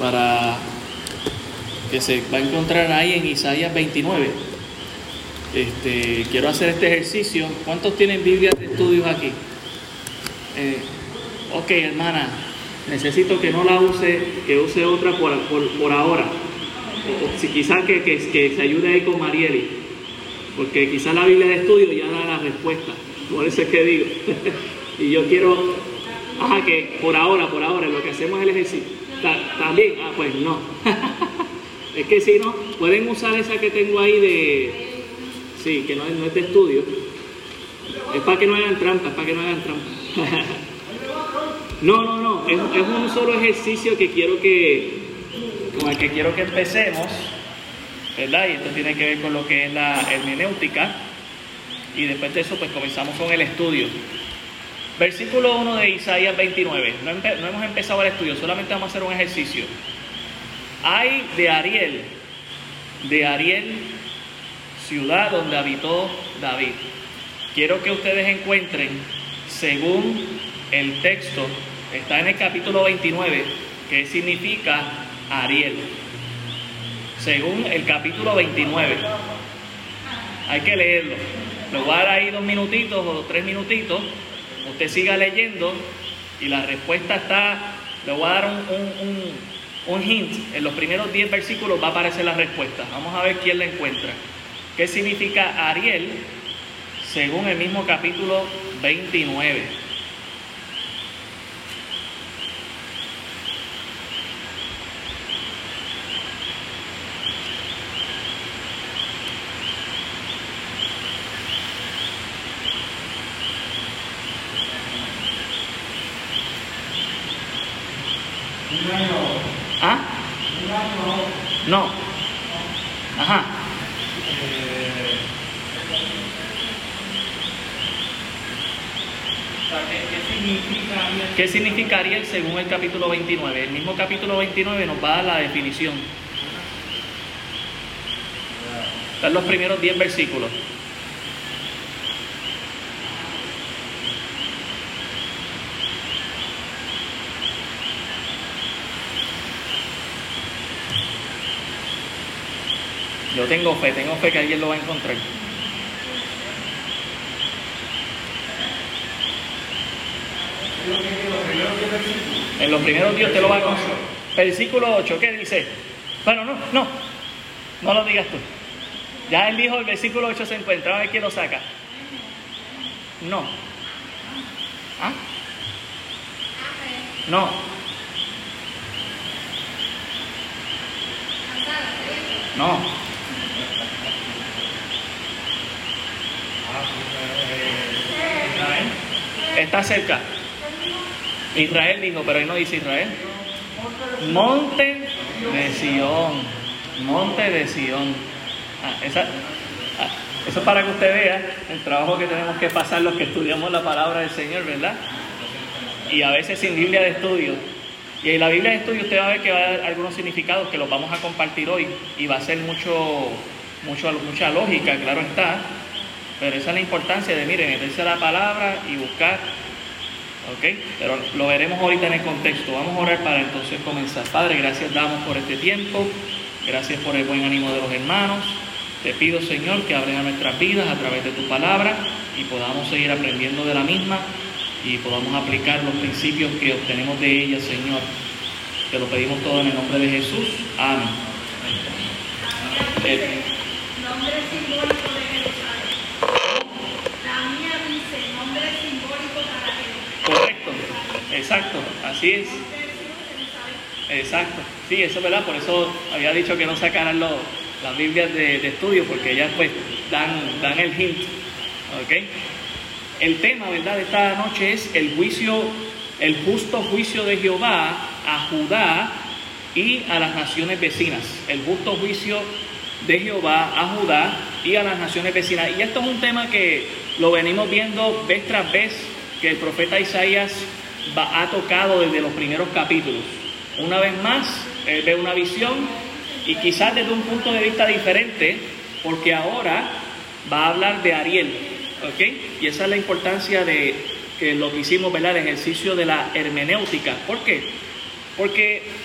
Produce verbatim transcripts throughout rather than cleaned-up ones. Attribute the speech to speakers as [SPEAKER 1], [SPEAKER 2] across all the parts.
[SPEAKER 1] para que se va a encontrar ahí en Isaías veintinueve. Este, quiero hacer este ejercicio. ¿Cuántos tienen Biblias de estudios aquí? Eh, ok, hermana, necesito que no la use, que use otra por, por, por ahora. O, o si quizás que, que, que se ayude ahí con Marieli, porque quizás la Biblia de estudio ya da la respuesta. Por eso es que digo. Y yo quiero, ajá, que por ahora, por ahora, lo que hacemos es el ejercicio. Ta, también, ah, pues no. Es que si no, pueden usar esa que tengo ahí de, sí, que no, no es de estudio. Es para que no hagan trampa, es para que no hagan trampa. No, no, no, es, es un solo ejercicio que quiero que, con el que quiero que empecemos, ¿verdad? Y esto tiene que ver con lo que es la hermenéutica. Y después de eso, pues comenzamos con el estudio. Versículo uno de Isaías veintinueve. No, empe- no hemos empezado el estudio, solamente vamos a hacer un ejercicio. Ay de Ariel, de Ariel, ciudad donde habitó David. Quiero que ustedes encuentren, según el texto, está en el capítulo veintinueve, qué significa Ariel. Según el capítulo veintinueve. Hay que leerlo. Le voy a dar ahí dos minutitos o tres minutitos. Usted siga leyendo y la respuesta está, le voy a dar un, un, un, un hint. En los primeros diez versículos va a aparecer la respuesta. Vamos a ver quién la encuentra. ¿Qué significa Ariel? Según el mismo capítulo veintinueve. ¿Ah? No. Ajá. ¿Qué significa Ariel según el capítulo veintinueve? El mismo capítulo veintinueve nos va a dar la definición. Están los primeros diez versículos. Yo tengo fe, tengo fe que alguien lo va a encontrar. En los primeros días te lo va a encontrar. Versículo ocho, ¿qué dice? Bueno, no, no, no lo digas tú. Ya él dijo, el versículo ocho se encuentra, a ver quién lo saca. No. ¿Ah? No. No. Está cerca. Israel dijo, pero ahí no dice Israel. Monte de Sión. Monte de Sión. Ah, esa, ah, eso es para que usted vea el trabajo que tenemos que pasar los que estudiamos la palabra del Señor, ¿verdad? Y a veces sin Biblia de estudio. Y en la Biblia de estudio usted va a ver que va a dar algunos significados que los vamos a compartir hoy. Y va a ser mucho, mucho, mucha lógica, claro está. Pero esa es la importancia de, miren, meterse a la palabra y buscar. ¿Ok? Pero lo veremos ahorita en el contexto. Vamos a orar para entonces comenzar. Padre, gracias damos por este tiempo. Gracias por el buen ánimo de los hermanos. Te pido, Señor, que hables a nuestras vidas a través de tu palabra y podamos seguir aprendiendo de la misma y podamos aplicar los principios que obtenemos de ella, Señor. Te lo pedimos todo en el nombre de Jesús. Amén. Eh,
[SPEAKER 2] Nombre simbólico de Jerusalén. La mía dice nombre simbólico para él.
[SPEAKER 1] Correcto, exacto, así es. Exacto, sí, eso es verdad, por eso había dicho que no sacaran los, las Biblias de, de estudio, porque ellas pues dan, dan el hint, ¿ok? El tema, ¿verdad?, de esta noche es el juicio, el justo juicio de Jehová a Judá y a las naciones vecinas. El justo juicio de Jehová a Judá y a las naciones vecinas. Y esto es un tema que lo venimos viendo vez tras vez, que el profeta Isaías va, ha tocado desde los primeros capítulos. Una vez más, él ve una visión y quizás desde un punto de vista diferente, porque ahora va a hablar de Ariel, ¿ok? Y esa es la importancia de que lo que hicimos, ¿verdad?, el ejercicio de la hermenéutica. ¿Por qué? Porque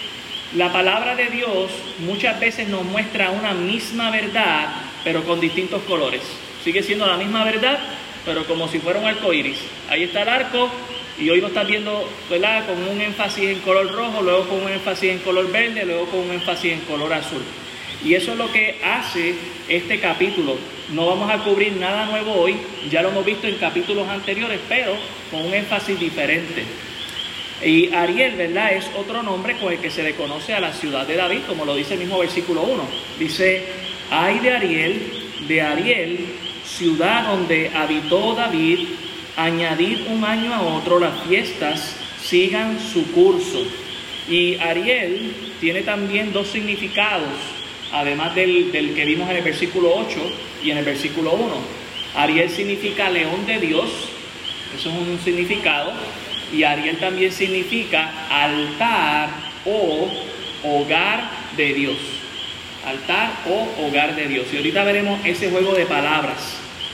[SPEAKER 1] La palabra de Dios muchas veces nos muestra una misma verdad, pero con distintos colores. Sigue siendo la misma verdad, pero como si fuera un arco iris. Ahí está el arco, y hoy lo estás viendo, ¿verdad?, con un énfasis en color rojo, luego con un énfasis en color verde, luego con un énfasis en color azul. Y eso es lo que hace este capítulo. No vamos a cubrir nada nuevo hoy, ya lo hemos visto en capítulos anteriores, pero con un énfasis diferente. Y Ariel, ¿verdad?, es otro nombre con el que se le conoce a la ciudad de David, como lo dice el mismo versículo uno. Dice, ay de Ariel, de Ariel, ciudad donde habitó David, añadid un año a otro, las fiestas sigan su curso. Y Ariel tiene también dos significados, además del, del que vimos en el versículo ocho y en el versículo uno. Ariel significa león de Dios, eso es un significado, y Ariel también significa altar o hogar de Dios. Altar o hogar de Dios. Y ahorita veremos ese juego de palabras.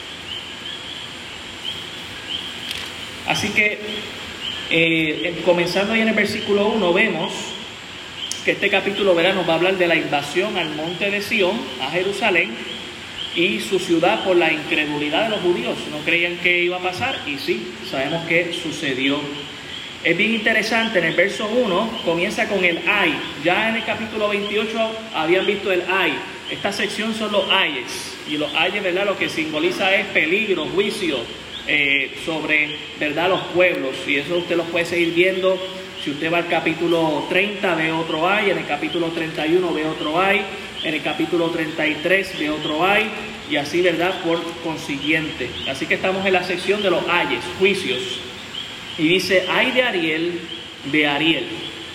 [SPEAKER 1] Así que, eh, comenzando ahí en el versículo uno, vemos que este capítulo, ¿verdad?, nos va a hablar de la invasión al monte de Sión, a Jerusalén, y su ciudad por la incredulidad de los judíos. No creían que iba a pasar, y sí, sabemos que sucedió. Es bien interesante, en el verso uno comienza con el ay. Ya en el capítulo veintiocho habían visto el ay. Esta sección son los ayes, y los ayes, ¿verdad?, lo que simboliza es peligro, juicio, eh, sobre, ¿verdad?, los pueblos, y eso usted lo puede seguir viendo. Si usted va al capítulo treinta, ve otro ay, en el capítulo treinta y uno ve otro ay, en el capítulo treinta y tres ve otro ay, y así, ¿verdad?, por consiguiente. Así que estamos en la sección de los ayes, juicios. Y dice, ay de Ariel, de Ariel.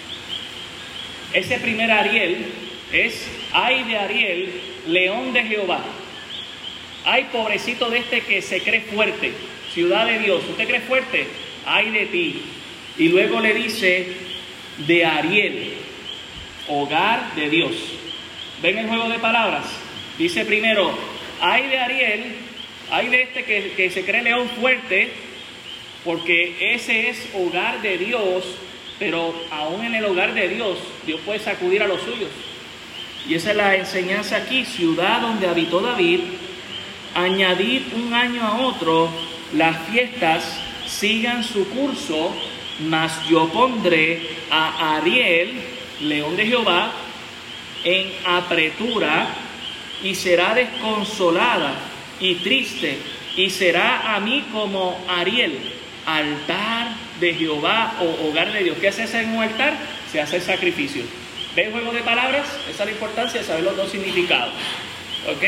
[SPEAKER 1] Ese primer Ariel es, ay de Ariel, león de Jehová. Ay, pobrecito de este que se cree fuerte, ciudad de Dios. ¿Usted cree fuerte? Ay de ti. Y luego le dice, de Ariel, hogar de Dios. ¿Ven el juego de palabras? Dice primero, ay de Ariel, ay de este que, que se cree león fuerte, porque ese es hogar de Dios, pero aún en el hogar de Dios, Dios puede sacudir a los suyos. Y esa es la enseñanza aquí, ciudad donde habitó David, añadid un año a otro, las fiestas sigan su curso, mas yo pondré a Ariel, león de Jehová, en apretura, y será desconsolada y triste, y será a mí como Ariel, altar de Jehová o hogar de Dios. ¿Qué se hace en un altar? Se hace el sacrificio. ¿Ve el juego de palabras? Esa es la importancia de saber los dos significados. ¿Ok?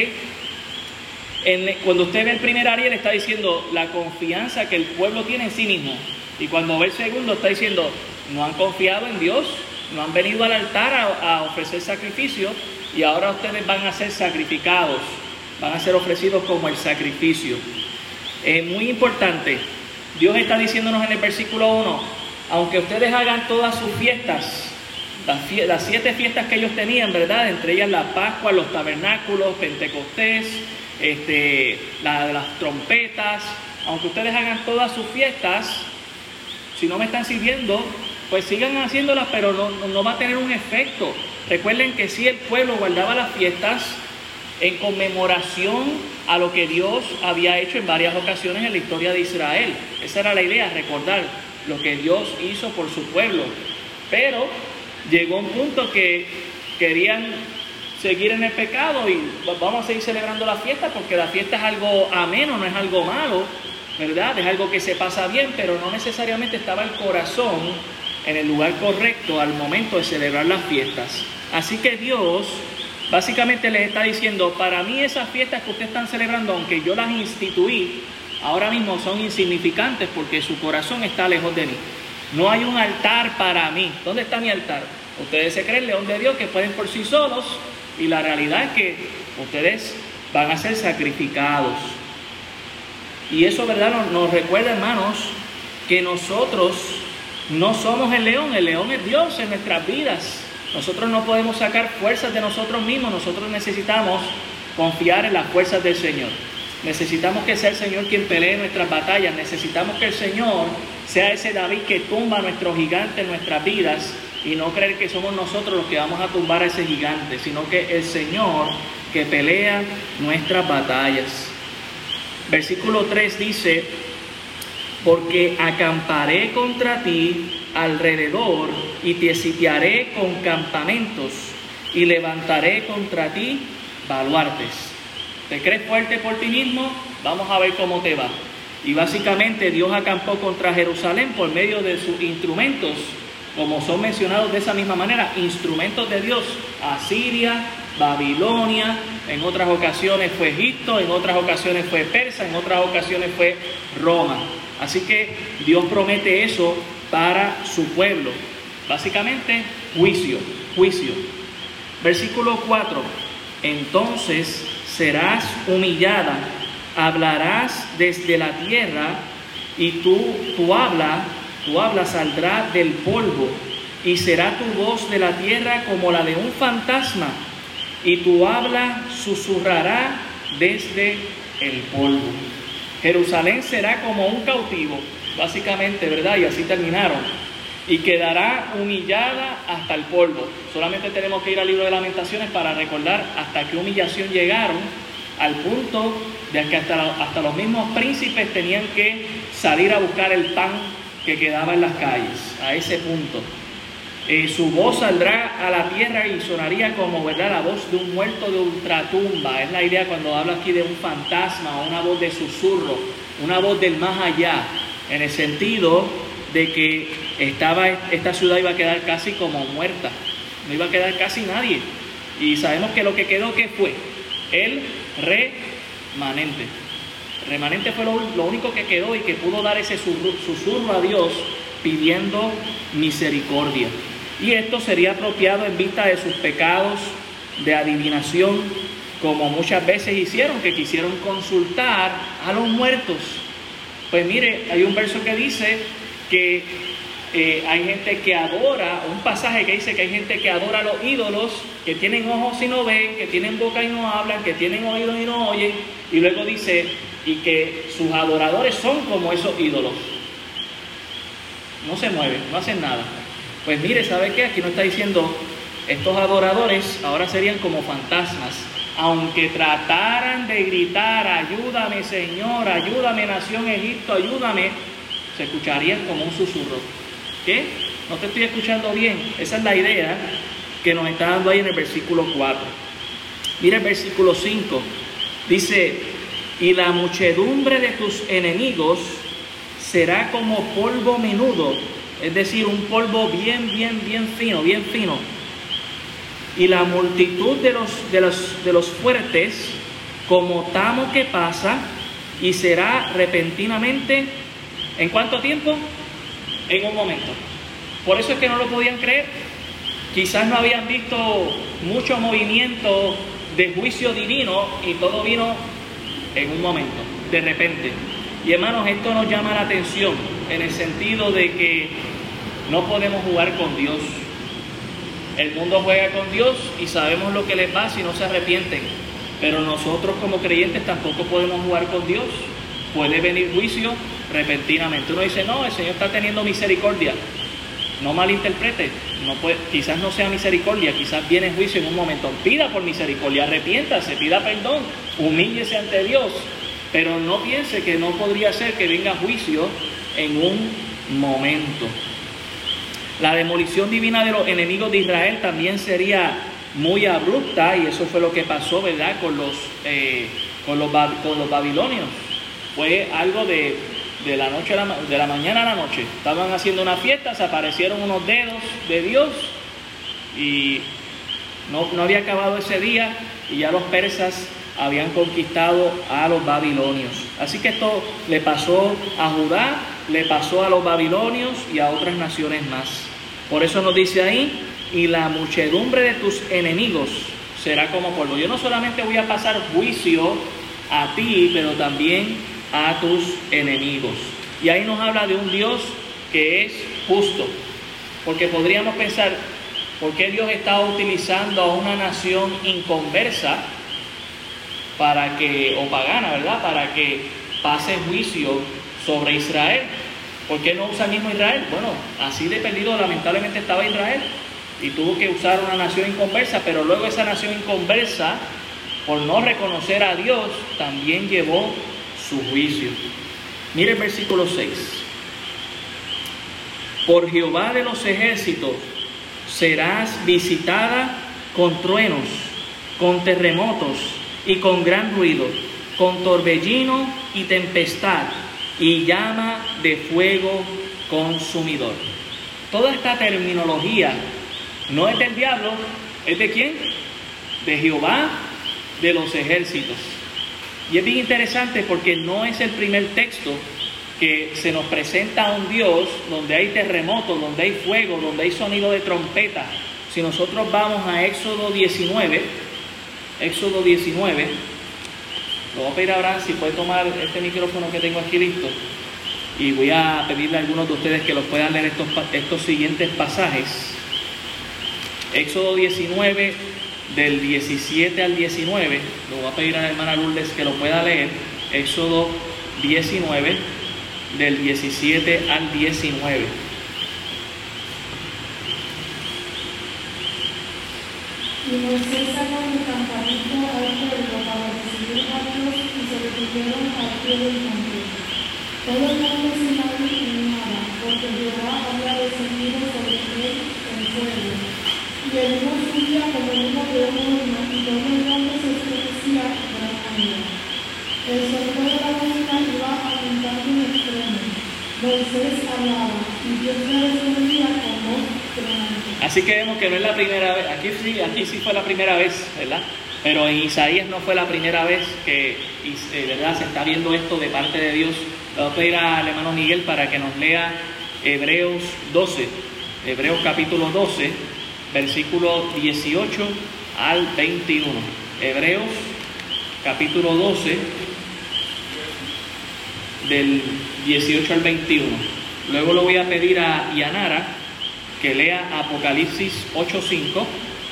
[SPEAKER 1] En, cuando usted ve el primer Ariel, está diciendo la confianza que el pueblo tiene en sí mismo. Y cuando ve el segundo, está diciendo, no han confiado en Dios, no han venido al altar a, a ofrecer sacrificio, y ahora ustedes van a ser sacrificados, van a ser ofrecidos como el sacrificio. Es muy importante. Dios está diciéndonos en el versículo uno, aunque ustedes hagan todas sus fiestas, las, fie las siete fiestas que ellos tenían, ¿verdad?, entre ellas la Pascua, los tabernáculos, Pentecostés, este, la, las trompetas, aunque ustedes hagan todas sus fiestas, si no me están sirviendo, pues sigan haciéndolas, pero no, no, no va a tener un efecto. Recuerden que si el pueblo guardaba las fiestas en conmemoración a lo que Dios había hecho en varias ocasiones en la historia de Israel. Esa era la idea, recordar lo que Dios hizo por su pueblo. Pero llegó un punto que querían seguir en el pecado y vamos a seguir celebrando la fiesta, porque la fiesta es algo ameno, no es algo malo, ¿verdad? Es algo que se pasa bien, pero no necesariamente estaba el corazón en el lugar correcto al momento de celebrar las fiestas. Así que Dios básicamente les está diciendo, para mí esas fiestas que ustedes están celebrando, aunque yo las instituí, ahora mismo son insignificantes porque su corazón está lejos de mí. No hay un altar para mí. ¿Dónde está mi altar? Ustedes se creen león de Dios que pueden por sí solos, y la realidad es que ustedes van a ser sacrificados. Y eso, ¿verdad?, nos, nos recuerda, hermanos, que nosotros no somos el león, el león es Dios en nuestras vidas. Nosotros no podemos sacar fuerzas de nosotros mismos, nosotros necesitamos confiar en las fuerzas del Señor. Necesitamos que sea el Señor quien pelee nuestras batallas, necesitamos que el Señor sea ese David que tumba a nuestros gigantes en nuestras vidas y no creer que somos nosotros los que vamos a tumbar a ese gigante, sino que el Señor que pelea nuestras batallas. Versículo tres dice: porque acamparé contra ti alrededor y te sitiaré con campamentos y levantaré contra ti baluartes. ¿Te crees fuerte por ti mismo? Vamos a ver cómo te va. Y básicamente Dios acampó contra Jerusalén por medio de sus instrumentos, como son mencionados de esa misma manera, instrumentos de Dios: Asiria, Babilonia, en otras ocasiones fue Egipto, en otras ocasiones fue Persa, en otras ocasiones fue Roma. Así que Dios promete eso para su pueblo. Básicamente, juicio, juicio. Versículo cuatro: entonces serás humillada, hablarás desde la tierra, y tú, tu habla, tu habla saldrá del polvo, y será tu voz de la tierra como la de un fantasma, y tu habla susurrará desde el polvo. Jerusalén será como un cautivo, básicamente, ¿verdad? Y así terminaron. Y quedará humillada hasta el polvo. Solamente tenemos que ir al libro de Lamentaciones para recordar hasta qué humillación llegaron, al punto de que hasta, hasta los mismos príncipes tenían que salir a buscar el pan que quedaba en las calles, a ese punto. Eh, su voz saldrá a la tierra y sonaría como, ¿verdad?, la voz de un muerto de ultratumba. Es la idea cuando habla aquí de un fantasma, o una voz de susurro, una voz del más allá, en el sentido de que estaba, esta ciudad iba a quedar casi como muerta, no iba a quedar casi nadie. Y sabemos que lo que quedó, ¿qué fue? El remanente. El remanente fue lo, lo único que quedó y que pudo dar ese susurro a Dios pidiendo misericordia. Y esto sería apropiado en vista de sus pecados de adivinación, como muchas veces hicieron, que quisieron consultar a los muertos. Pues mire, hay un verso que dice que eh, hay gente que adora, un pasaje que dice que hay gente que adora a los ídolos, que tienen ojos y no ven, que tienen boca y no hablan, que tienen oídos y no oyen, y luego dice, y que sus adoradores son como esos ídolos. No se mueven, no hacen nada. Pues mire, ¿sabe qué? Aquí nos está diciendo, estos adoradores ahora serían como fantasmas. Aunque trataran de gritar, ayúdame Señor, ayúdame nación Egipto, ayúdame, se escucharían como un susurro. ¿Qué? No te estoy escuchando bien. Esa es la idea que nos está dando ahí en el versículo cuatro. Mira el versículo cinco. Dice, y la muchedumbre de tus enemigos será como polvo menudo, es decir, un polvo bien, bien, bien fino, bien fino. Y la multitud de los, de los, de los fuertes como tamo que pasa, y será repentinamente, ¿en cuánto tiempo? En un momento. Por eso es que no lo podían creer. Quizás no habían visto mucho movimiento de juicio divino y todo vino en un momento, de repente. Y hermanos, esto nos llama la atención en el sentido de que no podemos jugar con Dios. El mundo juega con Dios y sabemos lo que les va si no se arrepienten. Pero nosotros como creyentes tampoco podemos jugar con Dios. Puede venir juicio repentinamente. Uno dice, no, el Señor está teniendo misericordia. No malinterprete, no puede, quizás no sea misericordia, quizás viene juicio en un momento. Pida por misericordia, arrepiéntase, pida perdón, humíllese ante Dios. Pero no piense que no podría ser que venga juicio en un momento. La demolición divina de los enemigos de Israel también sería muy abrupta, y eso fue lo que pasó, ¿verdad?, con los, eh, con los, con los babilonios. Fue algo de, de la noche a la, de la mañana a la noche. Estaban haciendo una fiesta, se aparecieron unos dedos de Dios y no, no había acabado ese día y ya los persas habían conquistado a los babilonios. Así que esto le pasó a Judá, le pasó a los babilonios y a otras naciones más. Por eso nos dice ahí, y la muchedumbre de tus enemigos será como polvo. Yo no solamente voy a pasar juicio a ti, pero también a tus enemigos. Y ahí nos habla de un Dios que es justo. Porque podríamos pensar, ¿por qué Dios está utilizando a una nación inconversa para que, o pagana, ¿verdad?, para que pase juicio sobre Israel? ¿Por qué no usa el mismo Israel? Bueno, así de perdido lamentablemente estaba Israel y tuvo que usar una nación inconversa, pero luego esa nación inconversa, por no reconocer a Dios, también llevó su juicio. Mire el versículo seis. Por Jehová de los ejércitos serás visitada con truenos, con terremotos y con gran ruido, con torbellino y tempestad y llama de fuego consumidor. Toda esta terminología no es del diablo, ¿es de quién? De Jehová de los ejércitos. Y es bien interesante porque no es el primer texto que se nos presenta a un Dios donde hay terremotos, donde hay fuego, donde hay sonido de trompeta. Si nosotros vamos a Éxodo diecinueve, Éxodo diecinueve, lo voy a pedir ahora si puede tomar este micrófono que tengo aquí listo, y voy a pedirle a algunos de ustedes que los puedan leer estos, estos siguientes pasajes. Éxodo diecinueve, del diecisiete al diecinueve, lo voy a pedir a la hermana Lourdes que lo pueda leer. Éxodo diecinueve, del diecisiete al diecinueve.
[SPEAKER 3] Y Moisés sacó del campamento al pueblo para recibir a Dios y se retuvieron al pie del monte. Todo el monte Sinaí inundaba, porque Jehová había descendido sobre él en fuego. Y el uno subía como el humo de un horno, y todo el monte se estremecía gran manera. El sonido de la bocina iba aumentando en extremo. Moisés hablaba, y Dios le respondía con voz tronante.
[SPEAKER 1] Así que vemos que no es la primera vez, aquí sí, aquí sí fue la primera vez, ¿verdad? Pero en Isaías no fue la primera vez que, eh, ¿verdad?, se está viendo esto de parte de Dios. Le voy a pedir al hermano Miguel para que nos lea Hebreos doce, Hebreos capítulo doce, versículo dieciocho al veintiuno. Hebreos capítulo doce, del dieciocho al veintiuno. Luego lo voy a pedir a Yanara que lea Apocalipsis ocho cinco.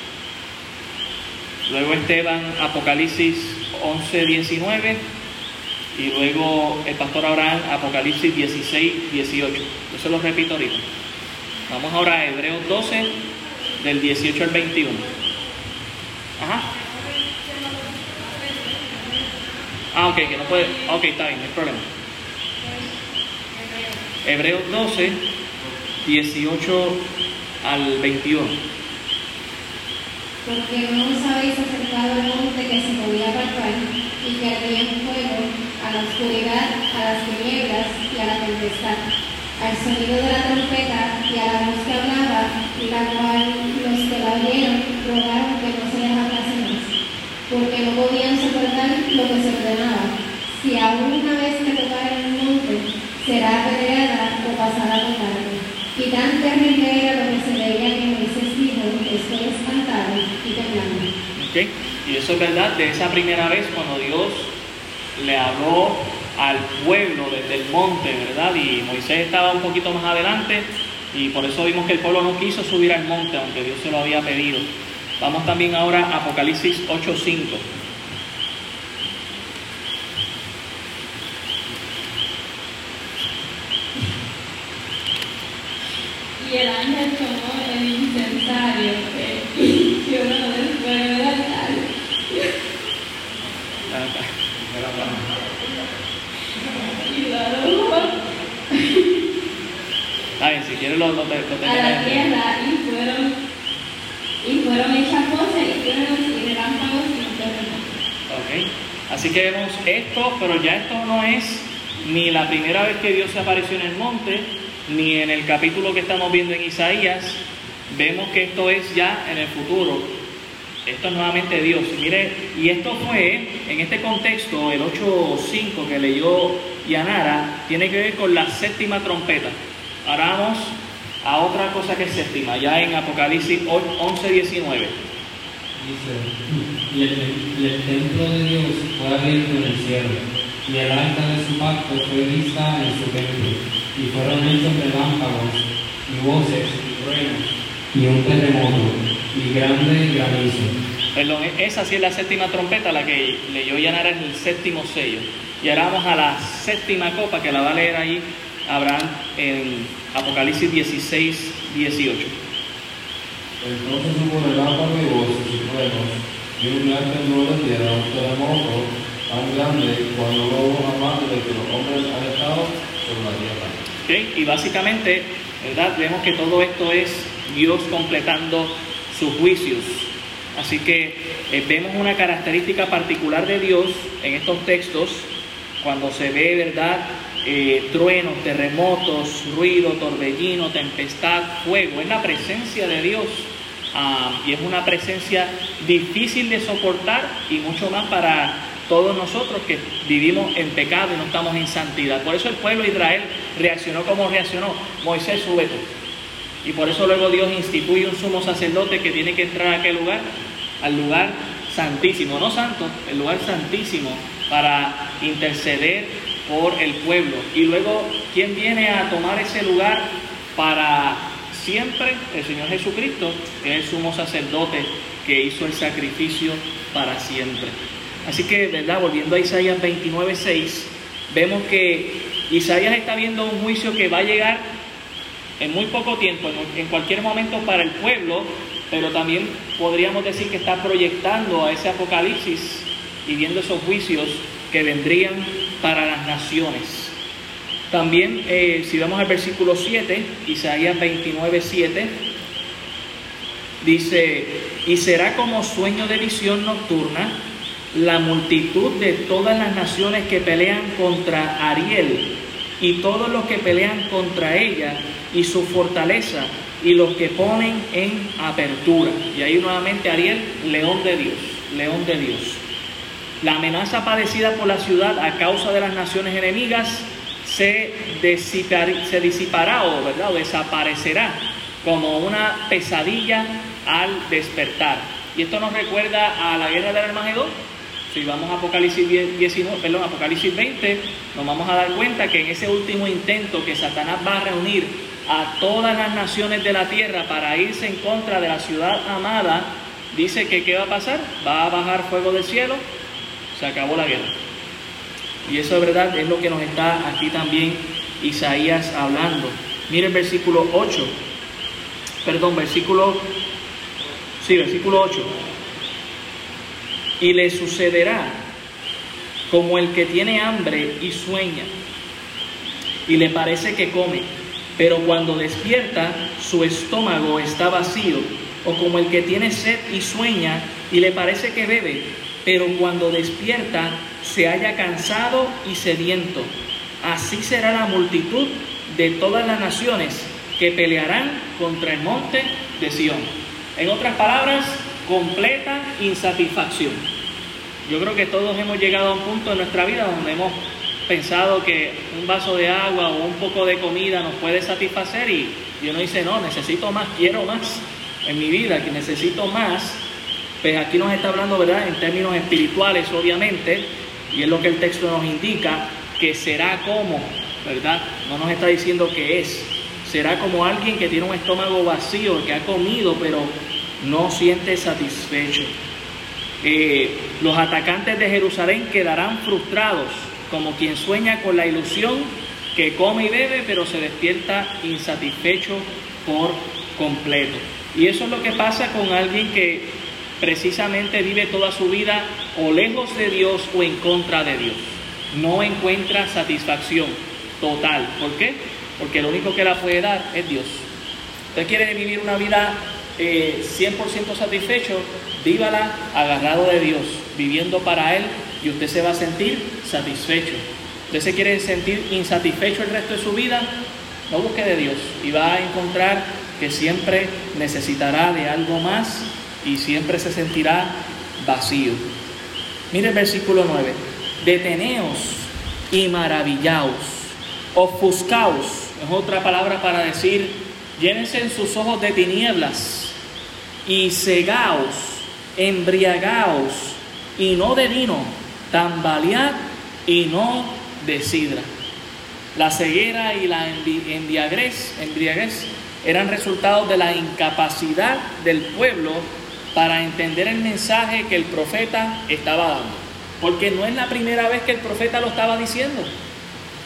[SPEAKER 1] Luego Esteban, Apocalipsis once diecinueve. Y luego el pastor Abraham, Apocalipsis dieciséis dieciocho. Yo se lo repito ahorita. Vamos ahora a Hebreos doce, del dieciocho al veintiuno. Ajá. Ah, ok, que no puede. Ok, está bien, no hay problema. Hebreos doce, dieciocho al veintiuno.
[SPEAKER 4] Porque no os habéis acercado al monte que se podía palpar y que ardía en fuego, a la oscuridad, a las tinieblas y a la tempestad, al sonido de la trompeta y a la voz que hablaba, la cual los que la oyeron rogaron que no se les hablase más, porque no podían soportar lo que se ordenaba. Si aún una vez que tocaren el monte, será apedreada o pasará por largo. Y tan terrible era lo que se veía que Moisés dijo: estoy espantado y temblando.
[SPEAKER 1] Okay. Y eso es verdad, de esa primera vez cuando Dios le habló al pueblo desde el monte, ¿verdad? Y Moisés estaba un poquito más adelante y por eso vimos que el pueblo no quiso subir al monte, aunque Dios se lo había pedido. Vamos también ahora a Apocalipsis ocho cinco.
[SPEAKER 5] Y el ángel tomó el incensario que inició del fuego del altar. Y lo arrojó
[SPEAKER 1] Ah, bien, si quieres lo, lo, lo, lo
[SPEAKER 5] a la tierra y fueron, y fueron hechas voces y truenos y relámpagos y terremotos.
[SPEAKER 1] Ok. Así que vemos esto, pero ya esto no es ni la primera vez que Dios se apareció en el monte, ni en el capítulo que estamos viendo en Isaías. Vemos que esto es ya en el futuro. Esto es nuevamente Dios. Mire, y esto fue, en este contexto, el ocho cinco que leyó Yanara, tiene que ver con la séptima trompeta. Ahora vamos a otra cosa que es séptima, ya en Apocalipsis once diecinueve.
[SPEAKER 6] Dice, y el, y el templo de Dios fue abierto en el cielo, y el arca de su pacto fue vista en su templo, y fueron hechos relámpagos, y voces, y truenos, y un terremoto, y grande granizo.
[SPEAKER 1] Perdón, esa sí es la séptima trompeta, la que leyó Yanara en el séptimo sello. Y ahora vamos a la séptima copa, que la va a leer ahí Abraham en Apocalipsis dieciséis, dieciocho.
[SPEAKER 6] Entonces hubo relámpagos y voces y truenos, y un gran temblor de tierra, un terremoto tan grande cuando no hubo jamás de que los hombres han estado sobre la tierra.
[SPEAKER 1] ¿Okay? Y básicamente, ¿verdad? Vemos que todo esto es Dios completando sus juicios. Así que eh, vemos una característica particular de Dios en estos textos, cuando se ve, ¿verdad? Eh, truenos, terremotos, ruido, torbellino, tempestad, fuego. Es la presencia de Dios. Ah, y es una presencia difícil de soportar, y mucho más para todos nosotros que vivimos en pecado y no estamos en santidad. Por eso el pueblo de Israel reaccionó como reaccionó. Moisés, súbete. Y por eso luego Dios instituye un sumo sacerdote que tiene que entrar a aquel lugar, al lugar santísimo, no santo, el lugar santísimo, para interceder por el pueblo. Y luego, ¿quién viene a tomar ese lugar para siempre? El Señor Jesucristo, que es el sumo sacerdote que hizo el sacrificio para siempre. Así que, ¿verdad? Volviendo a Isaías veintinueve, seis, vemos que Isaías está viendo un juicio que va a llegar en muy poco tiempo, en cualquier momento para el pueblo, pero también podríamos decir que está proyectando a ese apocalipsis y viendo esos juicios que vendrían para las naciones. También, eh, si vamos al versículo siete, Isaías veintinueve, siete, dice: y será como sueño de visión nocturna la multitud de todas las naciones que pelean contra Ariel, y todos los que pelean contra ella y su fortaleza, y los que ponen en apertura. Y ahí nuevamente Ariel, león de Dios, león de Dios. La amenaza padecida por la ciudad a causa de las naciones enemigas se, disipar, se disipará o, ¿verdad? o desaparecerá como una pesadilla al despertar. Y esto nos recuerda a la guerra del Armagedón. Si vamos a Apocalipsis diecinueve, perdón, Apocalipsis veinte, nos vamos a dar cuenta que en ese último intento que Satanás va a reunir a todas las naciones de la tierra para irse en contra de la ciudad amada, dice que ¿qué va a pasar? Va a bajar fuego del cielo, se acabó la guerra. Y eso es verdad, es lo que nos está aquí también Isaías hablando. Mire el versículo ocho, perdón, versículo, sí, versículo ocho. Y le sucederá como el que tiene hambre y sueña, y le parece que come, pero cuando despierta su estómago está vacío, o como el que tiene sed y sueña, y le parece que bebe, pero cuando despierta se halla cansado y sediento. Así será la multitud de todas las naciones que pelearán contra el monte de Sión. En otras palabras, completa insatisfacción. Yo creo que todos hemos llegado a un punto en nuestra vida donde hemos pensado que un vaso de agua o un poco de comida nos puede satisfacer, y, y uno dice, no, necesito más, quiero más en mi vida, que necesito más. Pues aquí nos está hablando, ¿verdad?, en términos espirituales, obviamente, y es lo que el texto nos indica, que será como, ¿verdad? No nos está diciendo que es. Será como alguien que tiene un estómago vacío, que ha comido, pero no siente satisfecho. Eh, los atacantes de Jerusalén quedarán frustrados, como quien sueña con la ilusión, que come y bebe, pero se despierta insatisfecho por completo. Y eso es lo que pasa con alguien que precisamente vive toda su vida o lejos de Dios o en contra de Dios. No encuentra satisfacción total. ¿Por qué? Porque lo único que la puede dar es Dios. Usted quiere vivir una vida eh, cien por ciento satisfecho, vívala agarrado de Dios, viviendo para Él, y usted se va a sentir satisfecho. Usted se quiere sentir insatisfecho el resto de su vida, no busque de Dios, y va a encontrar que siempre necesitará de algo más y siempre se sentirá vacío. Mire el versículo nueve. Deteneos y maravillaos, ofuscaos, es otra palabra para decir, llénense en sus ojos de tinieblas, y cegaos, embriagaos, y no de vino, tambalead y no de sidra. La ceguera y la embriaguez, embriaguez eran resultados de la incapacidad del pueblo para entender el mensaje que el profeta estaba dando. Porque no es la primera vez que el profeta lo estaba diciendo.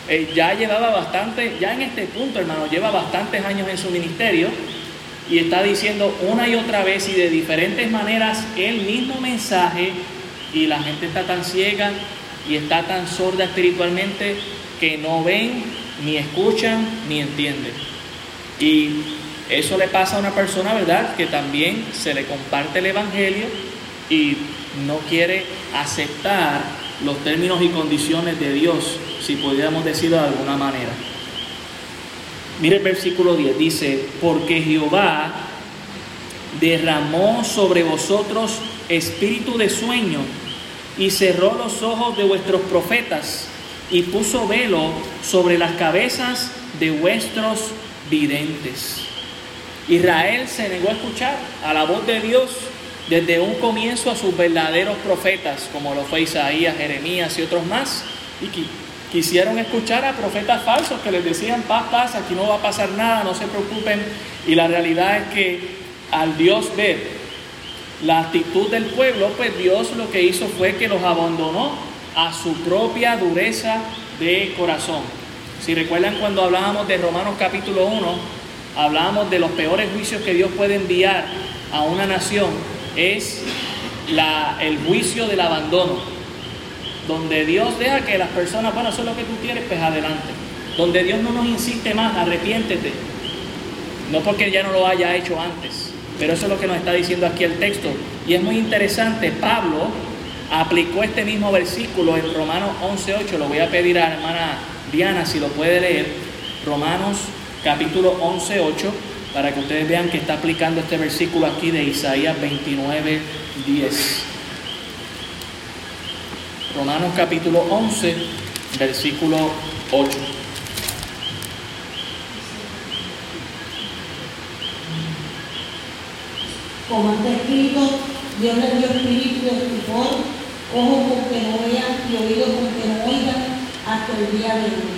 [SPEAKER 1] eh, ya llevaba bastante, ya en este punto, hermano, lleva bastantes años en su ministerio y está diciendo una y otra vez y de diferentes maneras el mismo mensaje, y la gente está tan ciega y está tan sorda espiritualmente que no ven, ni escuchan, ni entienden. Y eso le pasa a una persona, ¿verdad?, que también se le comparte el evangelio y no quiere aceptar los términos y condiciones de Dios, si pudiéramos decirlo de alguna manera. Mire el versículo diez, dice: porque Jehová derramó sobre vosotros espíritu de sueño y cerró los ojos de vuestros profetas y puso velo sobre las cabezas de vuestros videntes. Israel se negó a escuchar a la voz de Dios desde un comienzo a sus verdaderos profetas, como lo fue Isaías, Jeremías y otros más, y qui- quisieron escuchar a profetas falsos que les decían paz, paz, aquí no va a pasar nada, no se preocupen. Y la realidad es que al Dios ver la actitud del pueblo, pues Dios lo que hizo fue que los abandonó a su propia dureza de corazón. Si recuerdan, cuando hablábamos de Romanos capítulo uno, hablábamos de los peores juicios que Dios puede enviar a una nación, es la, el juicio del abandono, donde Dios deja que las personas, bueno, eso es lo que tú quieres, pues adelante. Donde Dios no nos insiste más, arrepiéntete, no porque ya no lo haya hecho antes, pero eso es lo que nos está diciendo aquí el texto. Y es muy interesante, Pablo aplicó este mismo versículo en Romanos once ocho. Lo voy a pedir a la hermana Diana si lo puede leer, Romanos capítulo once ocho, para que ustedes vean que está aplicando este versículo aquí de Isaías veintinueve diez. Romanos capítulo once, versículo ocho.
[SPEAKER 2] Como está escrito, Dios les dio espíritu de estupor, ojos con que no vean y oídos con que no oigan, hasta el día de hoy.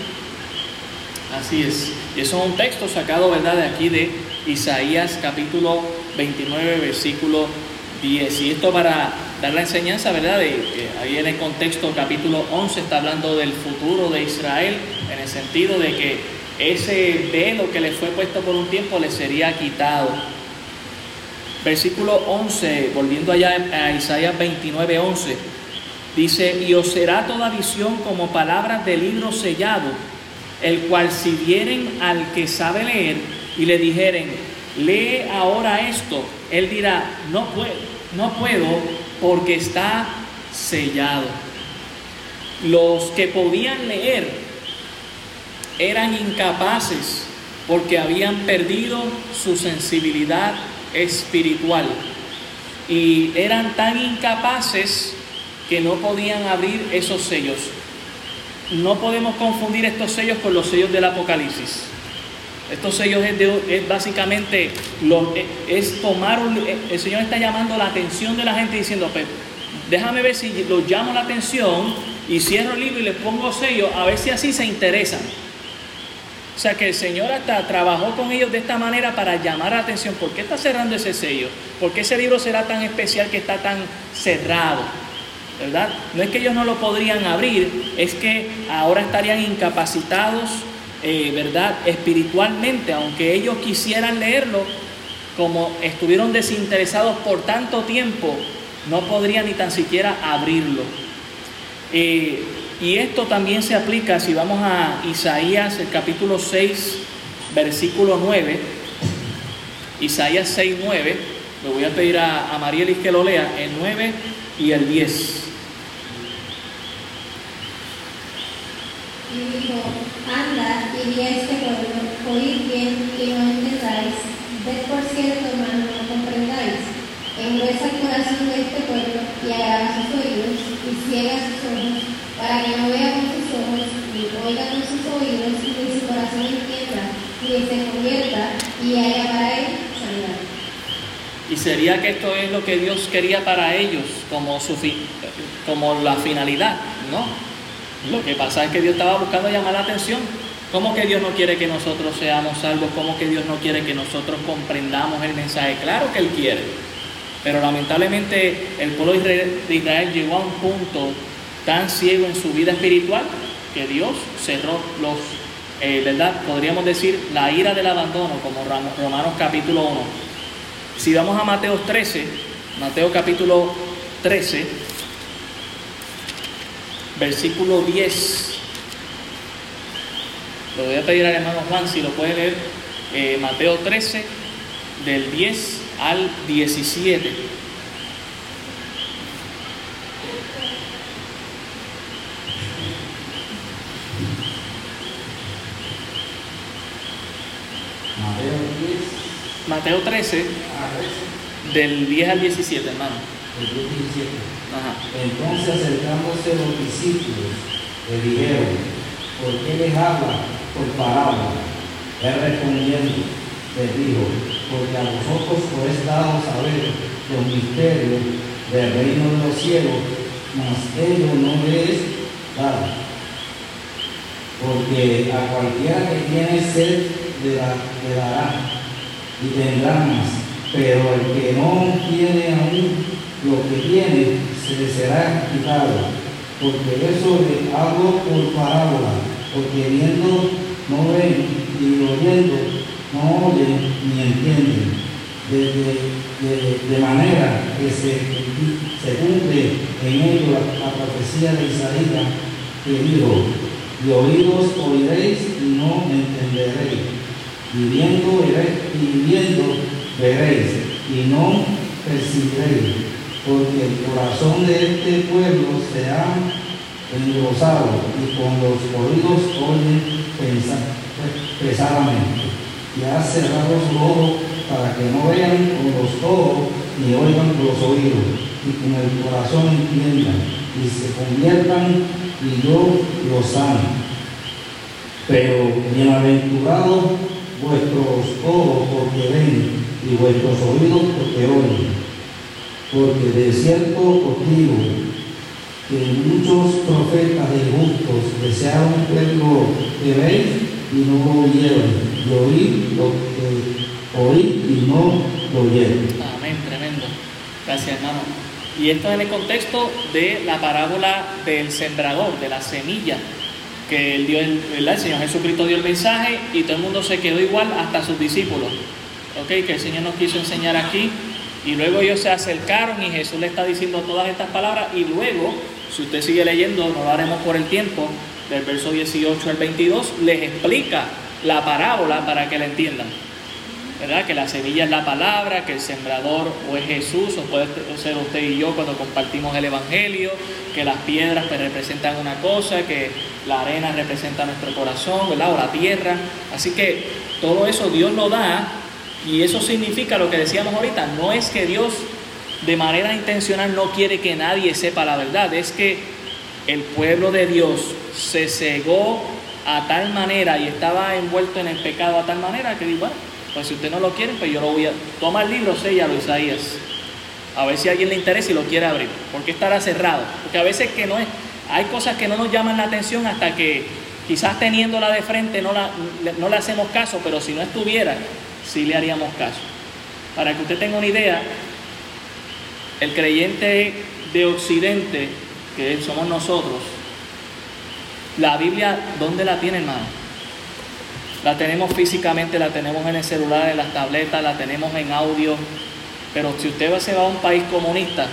[SPEAKER 1] Así es. Y eso es un texto sacado, ¿verdad?, de aquí de Isaías capítulo veintinueve, versículo diez. Y esto para dar la enseñanza, ¿verdad?, de que ahí en el contexto capítulo once está hablando del futuro de Israel, en el sentido de que ese velo que les fue puesto por un tiempo les sería quitado. Versículo once, volviendo allá a Isaías veintinueve once, dice: y os será toda visión como palabras de libro sellado, el cual si vieren al que sabe leer y le dijeren, lee ahora esto, él dirá, no puedo, no puedo porque está sellado. Los que podían leer eran incapaces porque habían perdido su sensibilidad espiritual y eran tan incapaces que no podían abrir esos sellos. No podemos confundir estos sellos con los sellos del Apocalipsis. Estos sellos es, de, es básicamente lo, es tomar un, el Señor está llamando la atención de la gente diciendo, pues, déjame ver si los llamo la atención y cierro el libro y les pongo sellos, a ver si así se interesan. O sea que el Señor hasta trabajó con ellos de esta manera para llamar la atención. ¿Por qué está cerrando ese sello? ¿Por qué ese libro será tan especial que está tan cerrado? ¿Verdad? No es que ellos no lo podrían abrir, es que ahora estarían incapacitados, eh, ¿verdad?, espiritualmente, aunque ellos quisieran leerlo, como estuvieron desinteresados por tanto tiempo, no podrían ni tan siquiera abrirlo. Eh, y esto también se aplica, si vamos a Isaías, el capítulo seis, versículo nueve, Isaías seis, nueve, le voy a pedir a, a Marielis que lo lea, el nueve y el diez.
[SPEAKER 4] Y dijo, anda y di a este pueblo, oíd bien y no entendáis, ved por cierto, hermano, no comprendáis. Engruesa el corazón de este pueblo y agrava sus oídos y ciega sus ojos, para que no vea con sus ojos, ni oiga con sus oídos, ni su corazón entienda, ni se convierta y haya para él sanidad.
[SPEAKER 1] Y sería que esto es lo que Dios quería para ellos, como, su fi, como la finalidad, ¿no? Lo que pasa es que Dios estaba buscando llamar la atención. ¿Cómo que Dios no quiere que nosotros seamos salvos? ¿Cómo que Dios no quiere que nosotros comprendamos el mensaje? Claro que Él quiere. Pero lamentablemente el pueblo de Israel llegó a un punto tan ciego en su vida espiritual que Dios cerró los, eh, ¿verdad? Podríamos decir la ira del abandono, como Romanos capítulo uno. Si vamos a Mateo trece, Mateo capítulo trece, versículo diez. Lo voy a pedir al hermano Juan si lo puede leer. Eh, Mateo trece, del diez al diecisiete.
[SPEAKER 7] Mateo diez.
[SPEAKER 1] Mateo trece, del diez al diecisiete, hermano.
[SPEAKER 7] El diez, diecisiete.
[SPEAKER 1] Ajá.
[SPEAKER 7] Entonces, acercándose los discípulos, le dijeron: ¿por qué les habla por parábola? Él respondiendo, les dijo: porque a vosotros os es dado saber los misterios del reino de los cielos, mas ellos no les es dado. Porque a cualquiera que tiene sed le, da, le dará y tendrá más, pero el que no tiene aún lo que tiene se le será quitado. Porque eso le hablo por parábola, porque viendo no ven y oyendo no oyen ni entienden, de, de, de, de manera que se, se cumple en ellos la, la profecía de Isaías, que dijo: de oídos oiréis y no entenderéis, y viendo, y viendo veréis y no percibiréis, porque el corazón de este pueblo se ha engrosado y con los oídos oyen pesadamente, y ha cerrado su ojo para que no vean con los ojos ni oigan con los oídos, y con el corazón entiendan y se conviertan y yo los sano. Pero bienaventurados vuestros ojos porque ven y vuestros oídos porque oyen, porque de cierto os digo que muchos profetas y justos desearon ver lo que veis y no lo oyeron, y oír lo que oí y no lo oyeron.
[SPEAKER 1] Amén, tremendo. Gracias, hermano. Y esto en el contexto de la parábola del sembrador, de la semilla, que él dio, ¿verdad? El Señor Jesucristo dio el mensaje y todo el mundo se quedó igual, hasta sus discípulos. ¿Ok? Que el Señor nos quiso enseñar aquí. Y luego ellos se acercaron y Jesús le está diciendo todas estas palabras. Y luego, si usted sigue leyendo, no lo haremos por el tiempo, del verso dieciocho al veintidós, les explica la parábola para que la entiendan. ¿Verdad? Que la semilla es la palabra, que el sembrador o es Jesús, o puede ser usted y yo cuando compartimos el Evangelio, que las piedras pues, representan una cosa, que la arena representa nuestro corazón, ¿verdad? O la tierra. Así que todo eso Dios lo da, y eso significa lo que decíamos ahorita, no es que Dios de manera intencional no quiere que nadie sepa la verdad, es que el pueblo de Dios se cegó a tal manera y estaba envuelto en el pecado a tal manera que digo, bueno, pues si usted no lo quiere, pues yo lo voy a... Toma el libro, séllalo, Isaías. A ver si a alguien le interesa y lo quiere abrir. ¿Por qué estará cerrado? Porque a veces que no es... Hay cosas que no nos llaman la atención hasta que quizás teniéndola de frente no, la, no le hacemos caso, pero si no estuviera, sí le haríamos caso. Para que usted tenga una idea, el creyente de Occidente, que somos nosotros, la Biblia, ¿dónde la tiene, hermano? La tenemos físicamente, la tenemos en el celular, en las tabletas, la tenemos en audio. Pero si usted se va a un país comunista,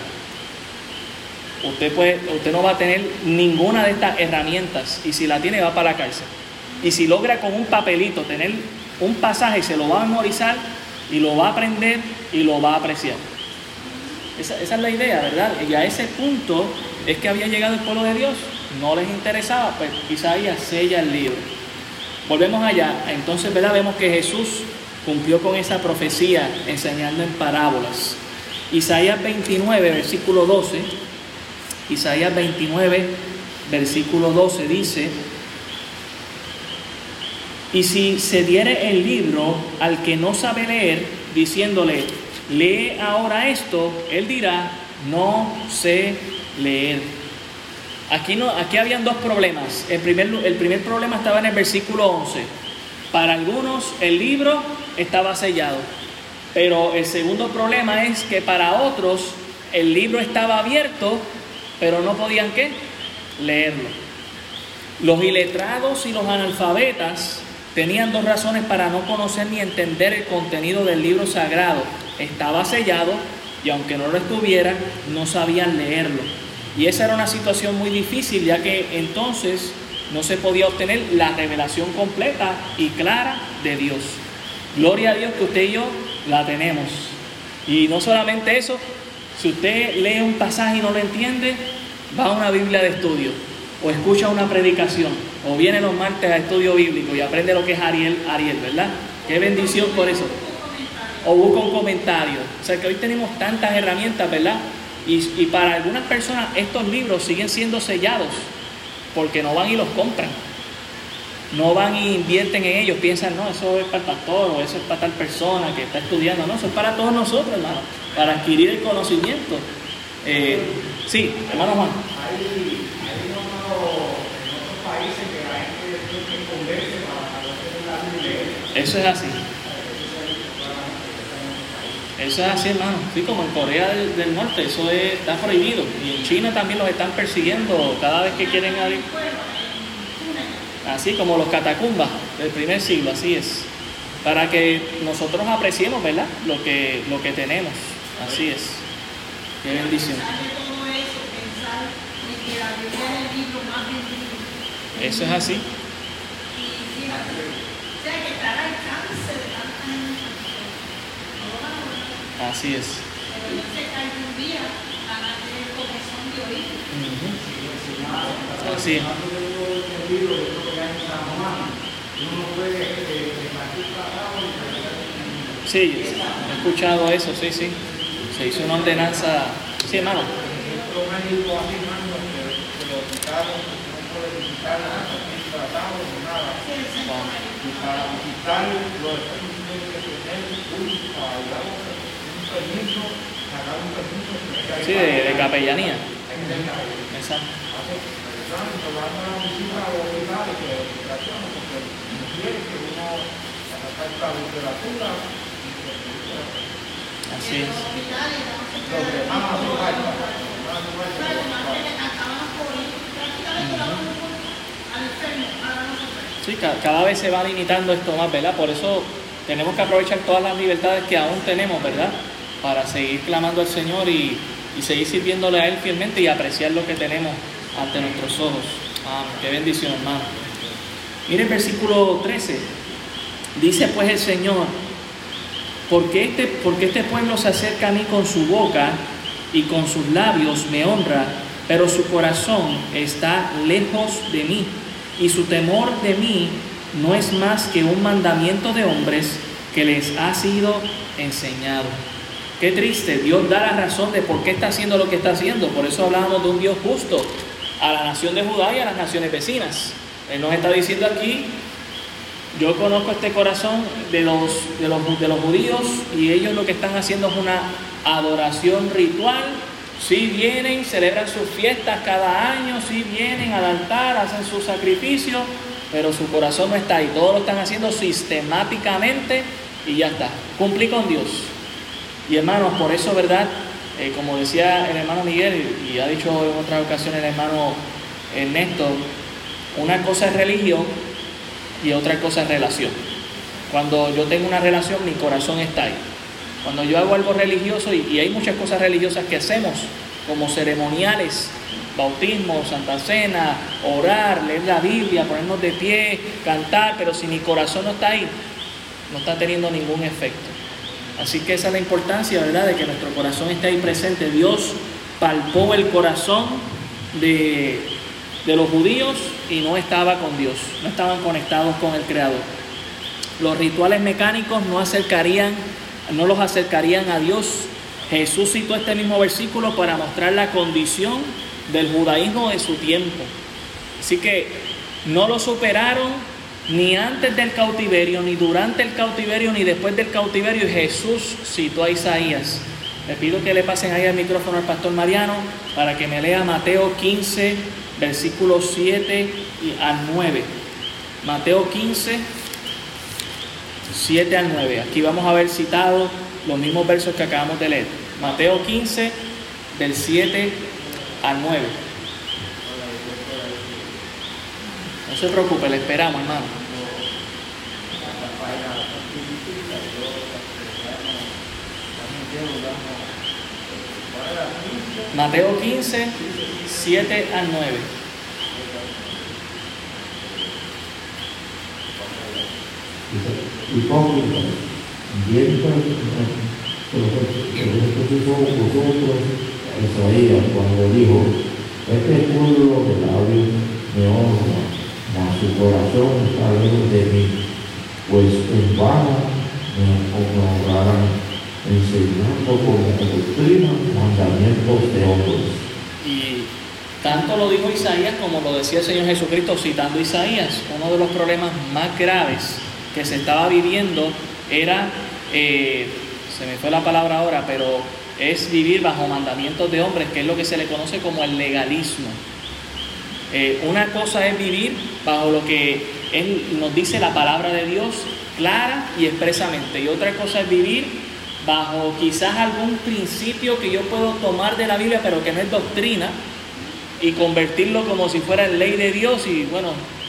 [SPEAKER 1] usted, puede, usted no va a tener ninguna de estas herramientas. Y si la tiene, va para la cárcel. Y si logra con un papelito tener un pasaje, se lo va a memorizar y lo va a aprender y lo va a apreciar. Esa, esa es la idea, ¿verdad? Y a ese punto es que había llegado el pueblo de Dios. No les interesaba, pues Isaías sella el libro. Volvemos allá, entonces, ¿verdad? Vemos que Jesús cumplió con esa profecía enseñando en parábolas. Isaías veintinueve, versículo doce. Isaías veintinueve, versículo doce dice: y si se diere el libro al que no sabe leer, diciéndole, lee ahora esto, él dirá, no sé leer. Aquí, no, aquí habían dos problemas. El primer, el primer problema estaba en el versículo once. Para algunos el libro estaba sellado, pero el segundo problema es que para otros el libro estaba abierto, pero no podían ¿qué? Leerlo. Los iletrados y los analfabetas tenían dos razones para no conocer ni entender el contenido del libro sagrado. Estaba sellado y aunque no lo estuviera, no sabían leerlo. Y esa era una situación muy difícil, ya que entonces no se podía obtener la revelación completa y clara de Dios. Gloria a Dios que usted y yo la tenemos. Y no solamente eso, si usted lee un pasaje y no lo entiende, va a una Biblia de estudio, o escucha una predicación, o viene los martes a estudio bíblico y aprende lo que es Ariel, Ariel, ¿verdad? Qué bendición por eso. O busca un comentario. O sea que hoy tenemos tantas herramientas, ¿verdad? Y, y para algunas personas estos libros siguen siendo sellados, porque no van y los compran. No van e invierten en ellos, piensan, no, eso es para el pastor, o eso es para tal persona que está estudiando. No, eso es para todos nosotros, hermano, para adquirir el conocimiento. Eh, sí, hermano Juan.
[SPEAKER 8] Hay, hay en otros países que la gente tiene que converse para saber la Biblia.
[SPEAKER 1] Eso es así. Eso es así, hermano. Sí, como en Corea del, del Norte, eso es, está prohibido. Y en China también los están persiguiendo cada vez que quieren abrir. Así como los catacumbas del primer siglo, así es. Para que nosotros apreciemos, ¿verdad? Lo que, lo que tenemos. Así es. Qué bendición. Eso es así. Así es. Uh-huh. Así es. Sí, he escuchado eso, sí, sí. Se hizo una ordenanza. Sí, hermano. Sí, de, de capellanía. Exacto. Así es. Sí, cada vez se va limitando esto más, ¿verdad? Por eso tenemos que aprovechar todas las libertades que aún tenemos, ¿verdad? Para seguir clamando al Señor y, y seguir sirviéndole a Él fielmente y apreciar lo que tenemos ante nuestros ojos. Ah, qué bendición, hermano. Mire el versículo trece. Dice pues el Señor, porque este, porque este pueblo se acerca a mí con su boca y con sus labios me honra, pero su corazón está lejos de mí, y su temor de mí no es más que un mandamiento de hombres que les ha sido enseñado. Qué triste, Dios da la razón de por qué está haciendo lo que está haciendo. Por eso hablábamos de un Dios justo a la nación de Judá y a las naciones vecinas. Él nos está diciendo aquí, yo conozco este corazón de los, de los, de los judíos, y ellos lo que están haciendo es una adoración ritual. Sí vienen, celebran sus fiestas cada año, sí vienen al altar, hacen sus sacrificios, pero su corazón no está ahí. Todo lo están haciendo sistemáticamente y ya está. Cumplí con Dios. Y hermanos, por eso, ¿verdad? Eh, como decía el hermano Miguel y ha dicho en otras ocasiones el hermano Ernesto, una cosa es religión y otra cosa es relación. Cuando yo tengo una relación, mi corazón está ahí. Cuando yo hago algo religioso, y, y hay muchas cosas religiosas que hacemos, como ceremoniales, bautismo, Santa Cena, orar, leer la Biblia, ponernos de pie, cantar, pero si mi corazón no está ahí, no está teniendo ningún efecto. Así que esa es la importancia, ¿verdad?, de que nuestro corazón esté ahí presente. Dios palpó el corazón de, de los judíos y no estaba con Dios, no estaban conectados con el Creador. Los rituales mecánicos no acercarían, no los acercarían a Dios. Jesús citó este mismo versículo para mostrar la condición del judaísmo de su tiempo. Así que no lo superaron ni antes del cautiverio, ni durante el cautiverio, ni después del cautiverio. Y Jesús citó a Isaías. Le pido que le pasen ahí el micrófono al pastor Mariano para que me lea Mateo quince, versículos siete al nueve. Mateo quince, siete al nueve. Aquí vamos a ver citados los mismos versos que acabamos de leer. Mateo quince, del siete al nueve. se preocupe, le esperamos, hermano. Mateo quince, siete al nueve.
[SPEAKER 9] Hipócritas, viendo vosotros Isaías cuando dijo: este pueblo de labios me honra, mas su corazón está lejos de mí, pues en vano me honrarán, enseñando como doctrina mandamientos de hombres.
[SPEAKER 1] Y tanto lo dijo Isaías como lo decía el Señor Jesucristo citando Isaías. Uno de los problemas más graves que se estaba viviendo era, eh, se me fue la palabra ahora, pero es vivir bajo mandamientos de hombres, que es lo que se le conoce como el legalismo. Eh, una cosa es vivir bajo lo que él nos dice la palabra de Dios clara y expresamente, y otra cosa es vivir bajo quizás algún principio que yo puedo tomar de la Biblia, pero que no es doctrina, y convertirlo como si fuera ley de Dios, y bueno,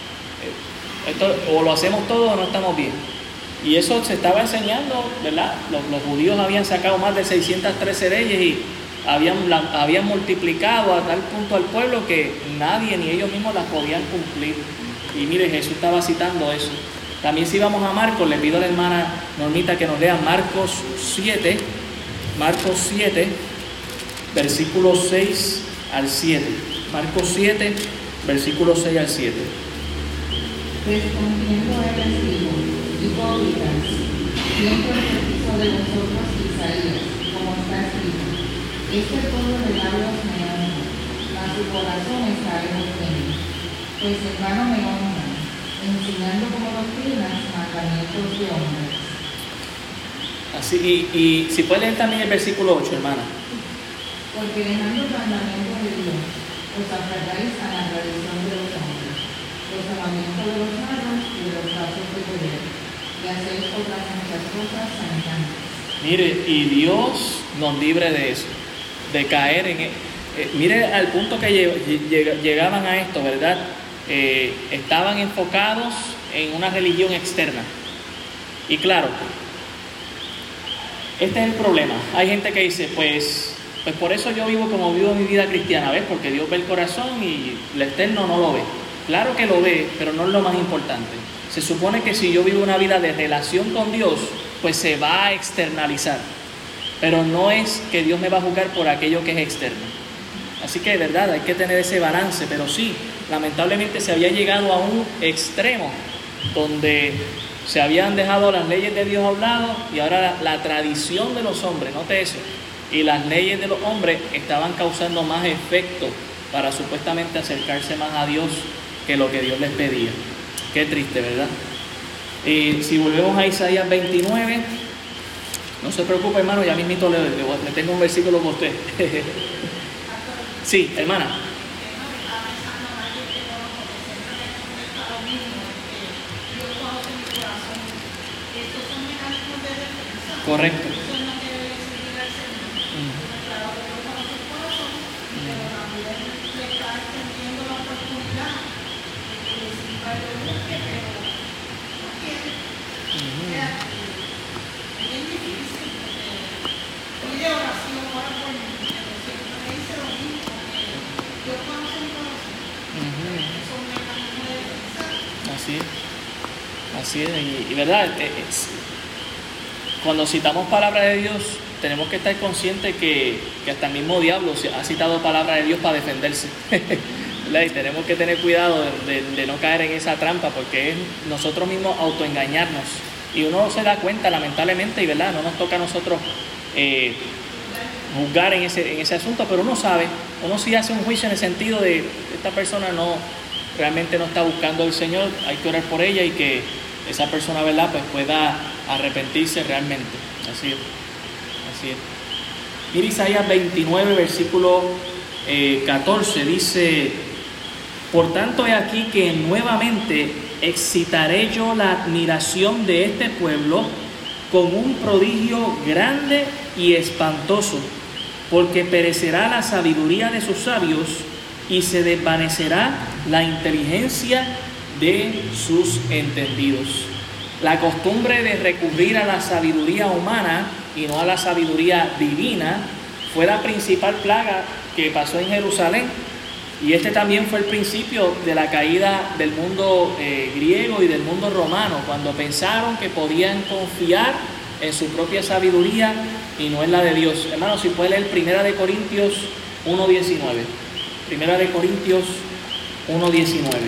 [SPEAKER 1] esto, o lo hacemos todo o no estamos bien. Y eso se estaba enseñando, ¿verdad? Los, los judíos habían sacado más de seiscientas trece leyes y habían, la, habían multiplicado a tal punto al pueblo que nadie ni ellos mismos las podían cumplir. Y mire, Jesús estaba citando eso. También si vamos a Marcos, le pido a la hermana Normita que nos lea Marcos siete, Marcos siete, versículos seis al siete. Marcos siete, versículos seis al siete.
[SPEAKER 2] Respondiendo él les dijo: hipócritas, bien profetizó de vosotros Isaías, como está escrito: este pueblo de labios me honra, mas su corazón está lejos de mí, pues en vano me honran, enseñando como doctrinas mandamientos de hombres.
[SPEAKER 1] Así, y, y si puede leer también el versículo ocho, hermana.
[SPEAKER 2] Porque dejando el mandamiento de Dios, os aferráis a la tradición de los hombres, los amamientos de los magos y de los brazos de poder, y hacéis otras muchas cosas semejantes.
[SPEAKER 1] Mire, y Dios nos libre de eso, de caer en... Eh, mire al punto que lleg, llegaban a esto, ¿verdad? Eh, estaban enfocados en una religión externa. Y claro, este es el problema. Hay gente que dice, pues, pues por eso yo vivo como vivo mi vida cristiana, ¿ves? Porque Dios ve el corazón y el externo no lo ve. Claro que lo ve, pero no es lo más importante. Se supone que si yo vivo una vida de relación con Dios, pues se va a externalizar. Pero no es que Dios me va a juzgar por aquello que es externo. Así que de verdad hay que tener ese balance, pero sí, lamentablemente se había llegado a un extremo donde se habían dejado las leyes de Dios a un lado y ahora la, la tradición de los hombres, note eso, y las leyes de los hombres estaban causando más efecto para supuestamente acercarse más a Dios que lo que Dios les pedía. Qué triste, ¿verdad? Y si volvemos a Isaías veintinueve, no se preocupe, hermano, ya mismito le, le, le tengo un versículo con usted. Sí, hermana. Correcto. Así, así es, y, y verdad, es, cuando citamos palabra de Dios, tenemos que estar conscientes que, que hasta el mismo diablo ha citado palabra de Dios para defenderse. Y tenemos que tener cuidado de, de, de no caer en esa trampa, porque es nosotros mismos autoengañarnos. Y uno se da cuenta, lamentablemente, y verdad, no nos toca a nosotros eh, juzgar en ese, en ese asunto, pero uno sabe, uno sí hace un juicio en el sentido de que esta persona no realmente no está buscando al Señor, hay que orar por ella y que esa persona, ¿verdad?, pues pueda arrepentirse realmente. Así es, así es. Mira Isaías veintinueve, versículo eh, catorce, dice: por tanto he aquí que nuevamente excitaré yo la admiración de este pueblo con un prodigio grande y espantoso, porque perecerá la sabiduría de sus sabios y se desvanecerá la inteligencia de sus entendidos. La costumbre de recurrir a la sabiduría humana y no a la sabiduría divina fue la principal plaga que pasó en Jerusalén, y este también fue el principio de la caída del mundo eh, griego y del mundo romano, cuando pensaron que podían confiar en su propia sabiduría y no en la de Dios. Hermanos, si puede leer Primera de Corintios uno diecinueve. Primera de Corintios uno diecinueve.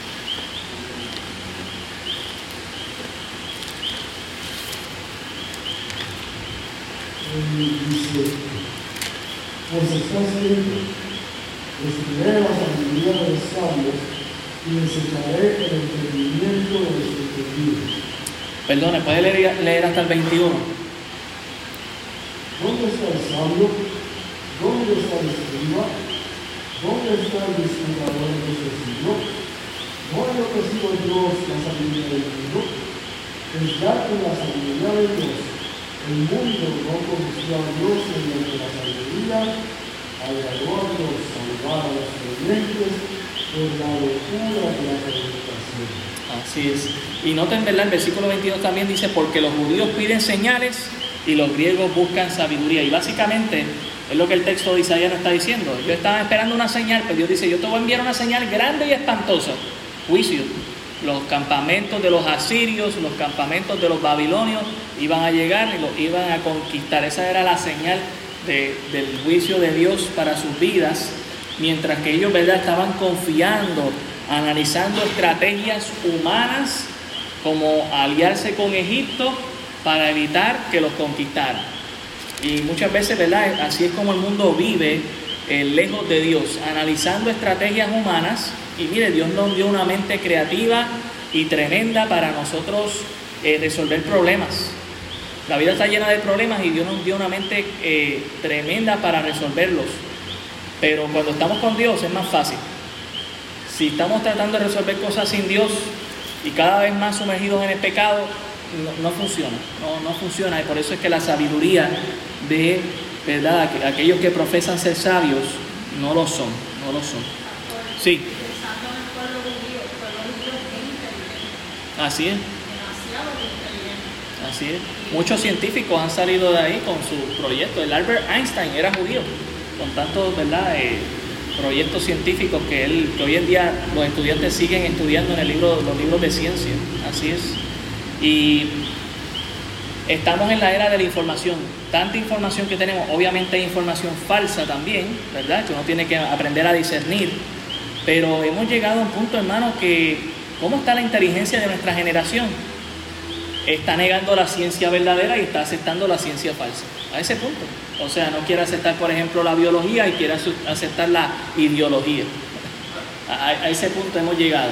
[SPEAKER 10] Dice, pues está escrito, estudiaré la sabiduría de los sabios y enseñaré el entendimiento de los entendidos.
[SPEAKER 1] Perdone, ¿puede leer, leer hasta el veintiuno?
[SPEAKER 10] ¿Dónde está el sabio? ¿Dónde está el escriba? ¿Dónde está el disputador de este siglo? ¿No ha ofrecido Dios la sabiduría del mundo? Es darte la sabiduría de Dios. El mundo no conoció a Dios en el de la sabiduría, agradó a Dios salvar a los creyentes por la locura de la predicación.
[SPEAKER 1] Así es. Y noten, ¿verdad? El versículo veintidós también dice, porque los judíos piden señales y los griegos buscan sabiduría. Y básicamente es lo que el texto de Isaías nos está diciendo. Yo estaba esperando una señal, pero Dios dice, yo te voy a enviar una señal grande y espantosa. Juicio. Los campamentos de los asirios, los campamentos de los babilonios iban a llegar y los iban a conquistar. Esa era la señal de, del juicio de Dios para sus vidas, mientras que ellos, ¿verdad?, estaban confiando, analizando estrategias humanas como aliarse con Egipto para evitar que los conquistaran. Y muchas veces, ¿verdad?, así es como el mundo vive, eh, lejos de Dios, analizando estrategias humanas. Y mire, Dios nos dio una mente creativa y tremenda para nosotros eh, resolver problemas. La vida está llena de problemas y Dios nos dio una mente eh, tremenda para resolverlos. Pero cuando estamos con Dios es más fácil. Si estamos tratando de resolver cosas sin Dios y cada vez más sumergidos en el pecado, no, no funciona, no, no funciona. Y por eso es que la sabiduría de, ¿verdad?, aquellos que profesan ser sabios no lo son, no lo son. Sí. Así es. Así es. Muchos científicos han salido de ahí con su proyecto. El Albert Einstein era judío, con tantos, ¿verdad?, eh, proyectos científicos que él, que hoy en día los estudiantes siguen estudiando en el libro, los libros de ciencia. Así es. Y estamos en la era de la información. Tanta información que tenemos, obviamente hay información falsa también, ¿verdad?, que uno tiene que aprender a discernir. Pero hemos llegado a un punto, hermanos, que ¿cómo está la inteligencia de nuestra generación? Está negando la ciencia verdadera y está aceptando la ciencia falsa. A ese punto. O sea, no quiere aceptar, por ejemplo, la biología y quiere aceptar la ideología. A, a ese punto hemos llegado.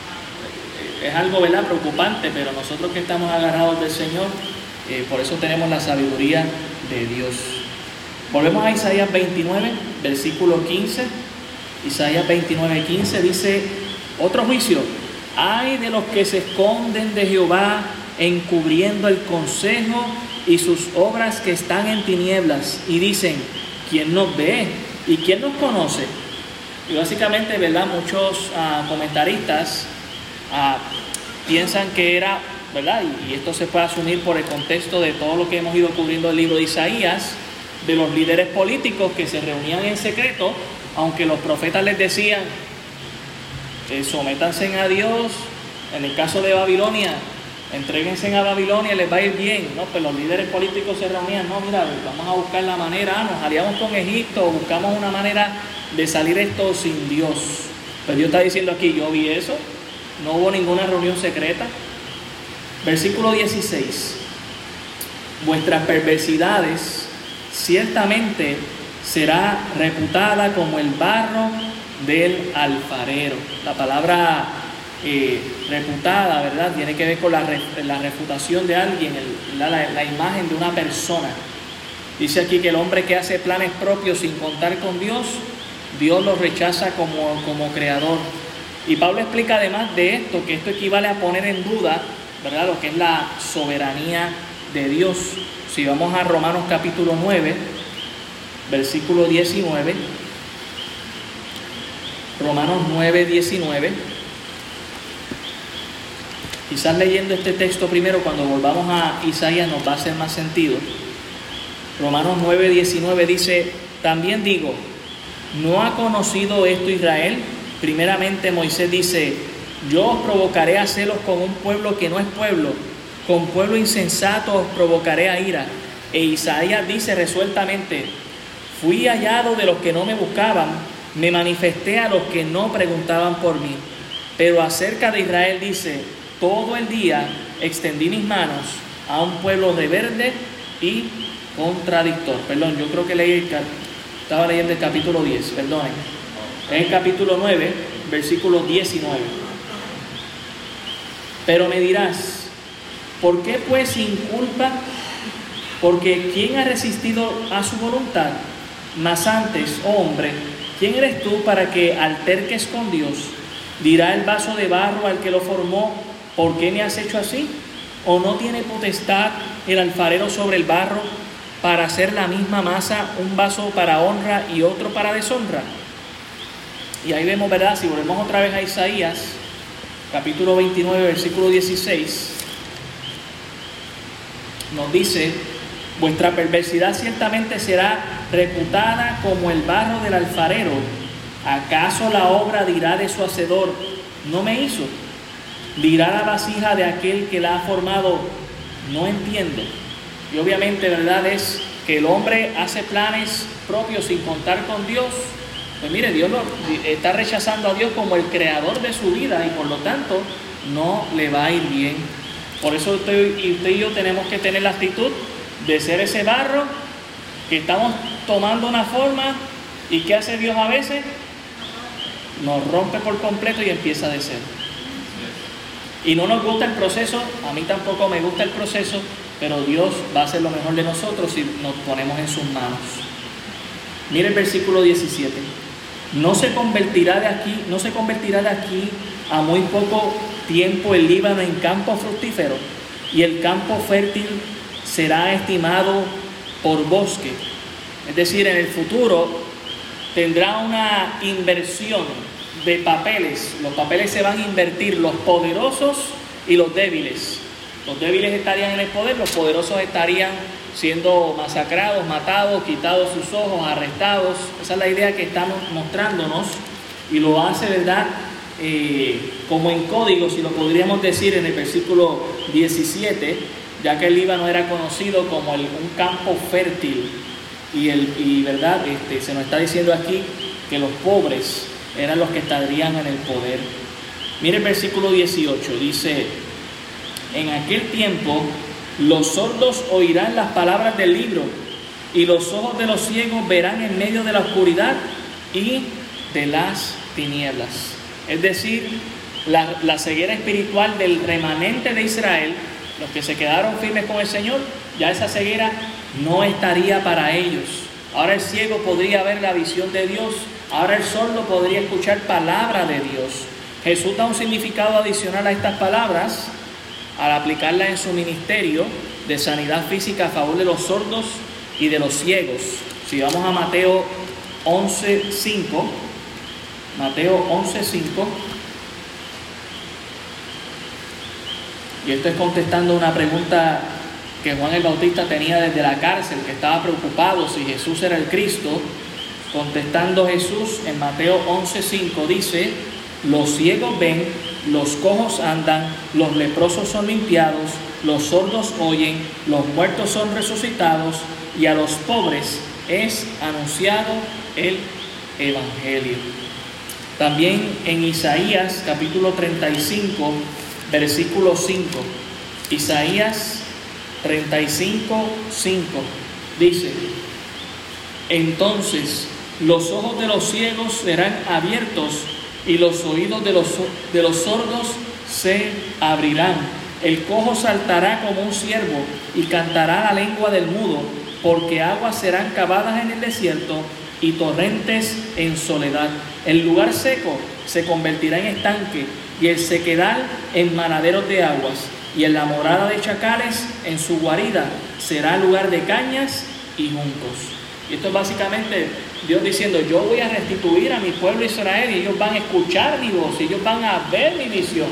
[SPEAKER 1] Es algo, ¿verdad?, preocupante, pero nosotros que estamos agarrados del Señor, eh, por eso tenemos la sabiduría de Dios. Volvemos a Isaías veintinueve, versículo quince. Isaías veintinueve, quince dice, otro juicio. Ay de los que se esconden de Jehová, encubriendo el consejo y sus obras que están en tinieblas, y dicen, ¿quién nos ve? ¿Y quién nos conoce? Y básicamente, ¿verdad?, muchos uh, comentaristas uh, piensan que era, ¿verdad?, y, y esto se puede asumir por el contexto de todo lo que hemos ido cubriendo el libro de Isaías, de los líderes políticos que se reunían en secreto, aunque los profetas les decían, eh, sométanse a Dios. En el caso de Babilonia, entréguense a Babilonia, les va a ir bien, ¿no? Pues los líderes políticos se reunían, no, mira, vamos a buscar la manera, ah, nos aliamos con Egipto, buscamos una manera de salir esto sin Dios. Pues Dios está diciendo aquí, yo vi eso, no hubo ninguna reunión secreta. Versículo dieciséis, vuestras perversidades ciertamente será reputada como el barro del alfarero. La palabra eh, reputada, ¿verdad?, tiene que ver con la, la reputación de alguien, el, la, la, la imagen de una persona. Dice aquí que el hombre que hace planes propios sin contar con Dios, Dios lo rechaza como, como creador. Y Pablo explica además de esto, que esto equivale a poner en duda, ¿verdad?, lo que es la soberanía de Dios. Si vamos a Romanos capítulo nueve, versículo diecinueve, Romanos nueve, diecinueve, Quizás leyendo este texto primero, cuando volvamos a Isaías nos va a hacer más sentido. Romanos nueve diecinueve dice, también digo, ¿no ha conocido esto Israel? Primeramente Moisés dice, yo os provocaré a celos con un pueblo que no es pueblo, con pueblo insensato os provocaré a ira. E Isaías dice resueltamente, fui hallado de los que no me buscaban, me manifesté a los que no preguntaban por mí. Pero acerca de Israel dice, todo el día extendí mis manos a un pueblo rebelde y contradictor. Perdón, yo creo que leí el, estaba leyendo el capítulo diez, perdonen. Es el capítulo nueve, versículo diecinueve. Pero me dirás, ¿por qué pues sin culpa? Porque ¿quién ha resistido a su voluntad? Mas antes, oh hombre, ¿quién eres tú para que alterques con Dios? ¿Dirá el vaso de barro al que lo formó, ¿por qué me has hecho así? ¿O no tiene potestad el alfarero sobre el barro para hacer la misma masa, un vaso para honra y otro para deshonra? Y ahí vemos, ¿verdad? Si volvemos otra vez a Isaías, capítulo veintinueve, versículo dieciséis, nos dice, vuestra perversidad ciertamente será reputada como el barro del alfarero. ¿Acaso la obra dirá de su hacedor, no me hizo? Dirá la vasija de aquel que la ha formado, no entiendo. Y obviamente, verdad es que el hombre hace planes propios sin contar con Dios. Pues mire, Dios lo, está rechazando a Dios como el creador de su vida y por lo tanto no le va a ir bien. Por eso usted y, usted y yo tenemos que tener la actitud de ser ese barro que estamos tomando una forma y ¿qué hace Dios a veces? Nos rompe por completo y empieza de cero. Y no nos gusta el proceso, a mí tampoco me gusta el proceso, pero Dios va a hacer lo mejor de nosotros si nos ponemos en sus manos. Mire el versículo diecisiete. No se convertirá de aquí, no se convertirá de aquí a muy poco tiempo el Líbano en campo fructífero, y el campo fértil será estimado por bosque. Es decir, en el futuro tendrá una inversión de papeles. Los papeles se van a invertir, los poderosos y los débiles. Los débiles estarían en el poder, los poderosos estarían siendo masacrados, matados, quitados sus ojos, arrestados. Esa es la idea que estamos mostrándonos y lo hace, ¿verdad? Eh, como en código, si lo podríamos decir en el versículo diecisiete, ya que el Líbano era conocido como el, un campo fértil y, el, y ¿verdad? Este, se nos está diciendo aquí que los pobres eran los que estarían en el poder. Mire el versículo dieciocho, dice, en aquel tiempo los sordos oirán las palabras del libro y los ojos de los ciegos verán en medio de la oscuridad y de las tinieblas. Es decir, la, la ceguera espiritual del remanente de Israel, los que se quedaron firmes con el Señor, ya esa ceguera no estaría para ellos. Ahora el ciego podría ver la visión de Dios, ahora el sordo podría escuchar palabra de Dios. Jesús da un significado adicional a estas palabras al aplicarla en su ministerio de sanidad física a favor de los sordos y de los ciegos. Si vamos a Mateo once cinco, Mateo once cinco, y esto es contestando una pregunta que Juan el Bautista tenía desde la cárcel, que estaba preocupado si Jesús era el Cristo. Contestando Jesús en Mateo once cinco dice, los ciegos ven, los cojos andan, los leprosos son limpiados, los sordos oyen, los muertos son resucitados y a los pobres es anunciado el Evangelio. También en Isaías capítulo treinta y cinco, versículo cinco, Isaías treinta y cinco, cinco, dice, entonces los ojos de los ciegos serán abiertos y los oídos de los, de los sordos se abrirán. El cojo saltará como un ciervo y cantará la lengua del mudo, porque aguas serán cavadas en el desierto y torrentes en soledad. El lugar seco se convertirá en estanque y el sequedal en manaderos de aguas, y en la morada de chacales en su guarida será lugar de cañas y juncos. Y esto es básicamente Dios diciendo, yo voy a restituir a mi pueblo Israel y ellos van a escuchar mi voz, y ellos van a ver mi visión.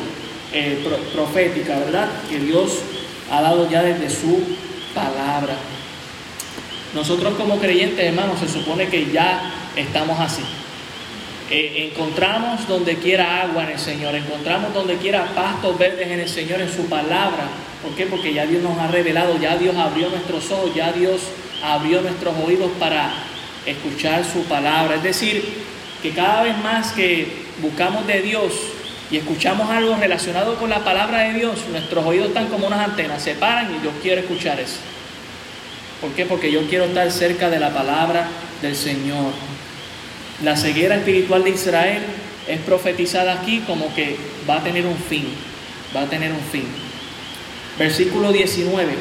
[SPEAKER 1] eh, pro, profética, ¿verdad? Que Dios ha dado ya desde su palabra. Nosotros como creyentes, hermanos, se supone que ya estamos así. Eh, encontramos donde quiera agua en el Señor, encontramos donde quiera pastos verdes en el Señor, en su palabra. ¿Por qué? Porque ya Dios nos ha revelado, ya Dios abrió nuestros ojos, ya Dios abrió nuestros oídos para escuchar su palabra. Es decir, que cada vez más que buscamos de Dios y escuchamos algo relacionado con la palabra de Dios, nuestros oídos están como unas antenas, se paran y yo quiero escuchar eso. ¿Por qué? Porque yo quiero estar cerca de la palabra del Señor. La ceguera espiritual de Israel es profetizada aquí como que va a tener un fin, va a tener un fin. Versículo diecinueve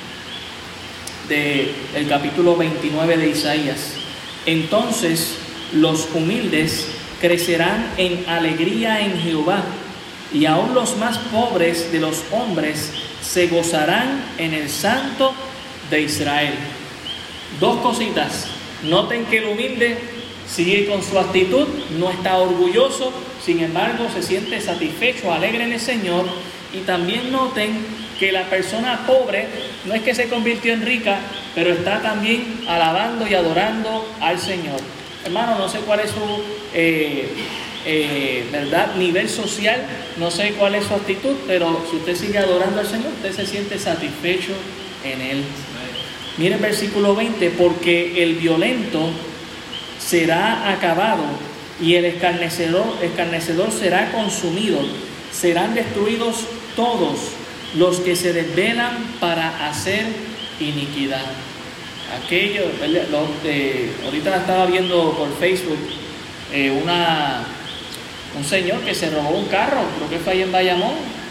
[SPEAKER 1] del capítulo veintinueve de Isaías. Entonces los humildes crecerán en alegría en Jehová, y aun los más pobres de los hombres se gozarán en el Santo de Israel. Dos cositas. Noten que el humilde sigue con su actitud, no está orgulloso, sin embargo se siente satisfecho, alegre en el Señor. Y también noten que la persona pobre no es que se convirtió en rica, pero está también alabando y adorando al Señor. Hermano, no sé cuál es su eh, eh, verdad, nivel social, no sé cuál es su actitud, pero si usted sigue adorando al Señor, usted se siente satisfecho en Él. Mire el versículo veinte, porque el violento será acabado y el escarnecedor, escarnecedor será consumido. Serán destruidos todos los que se desvelan para hacer iniquidad. Aquello, lo, eh, ahorita estaba viendo por Facebook eh, una, un señor que se robó un carro, creo que fue ahí en Bayamón.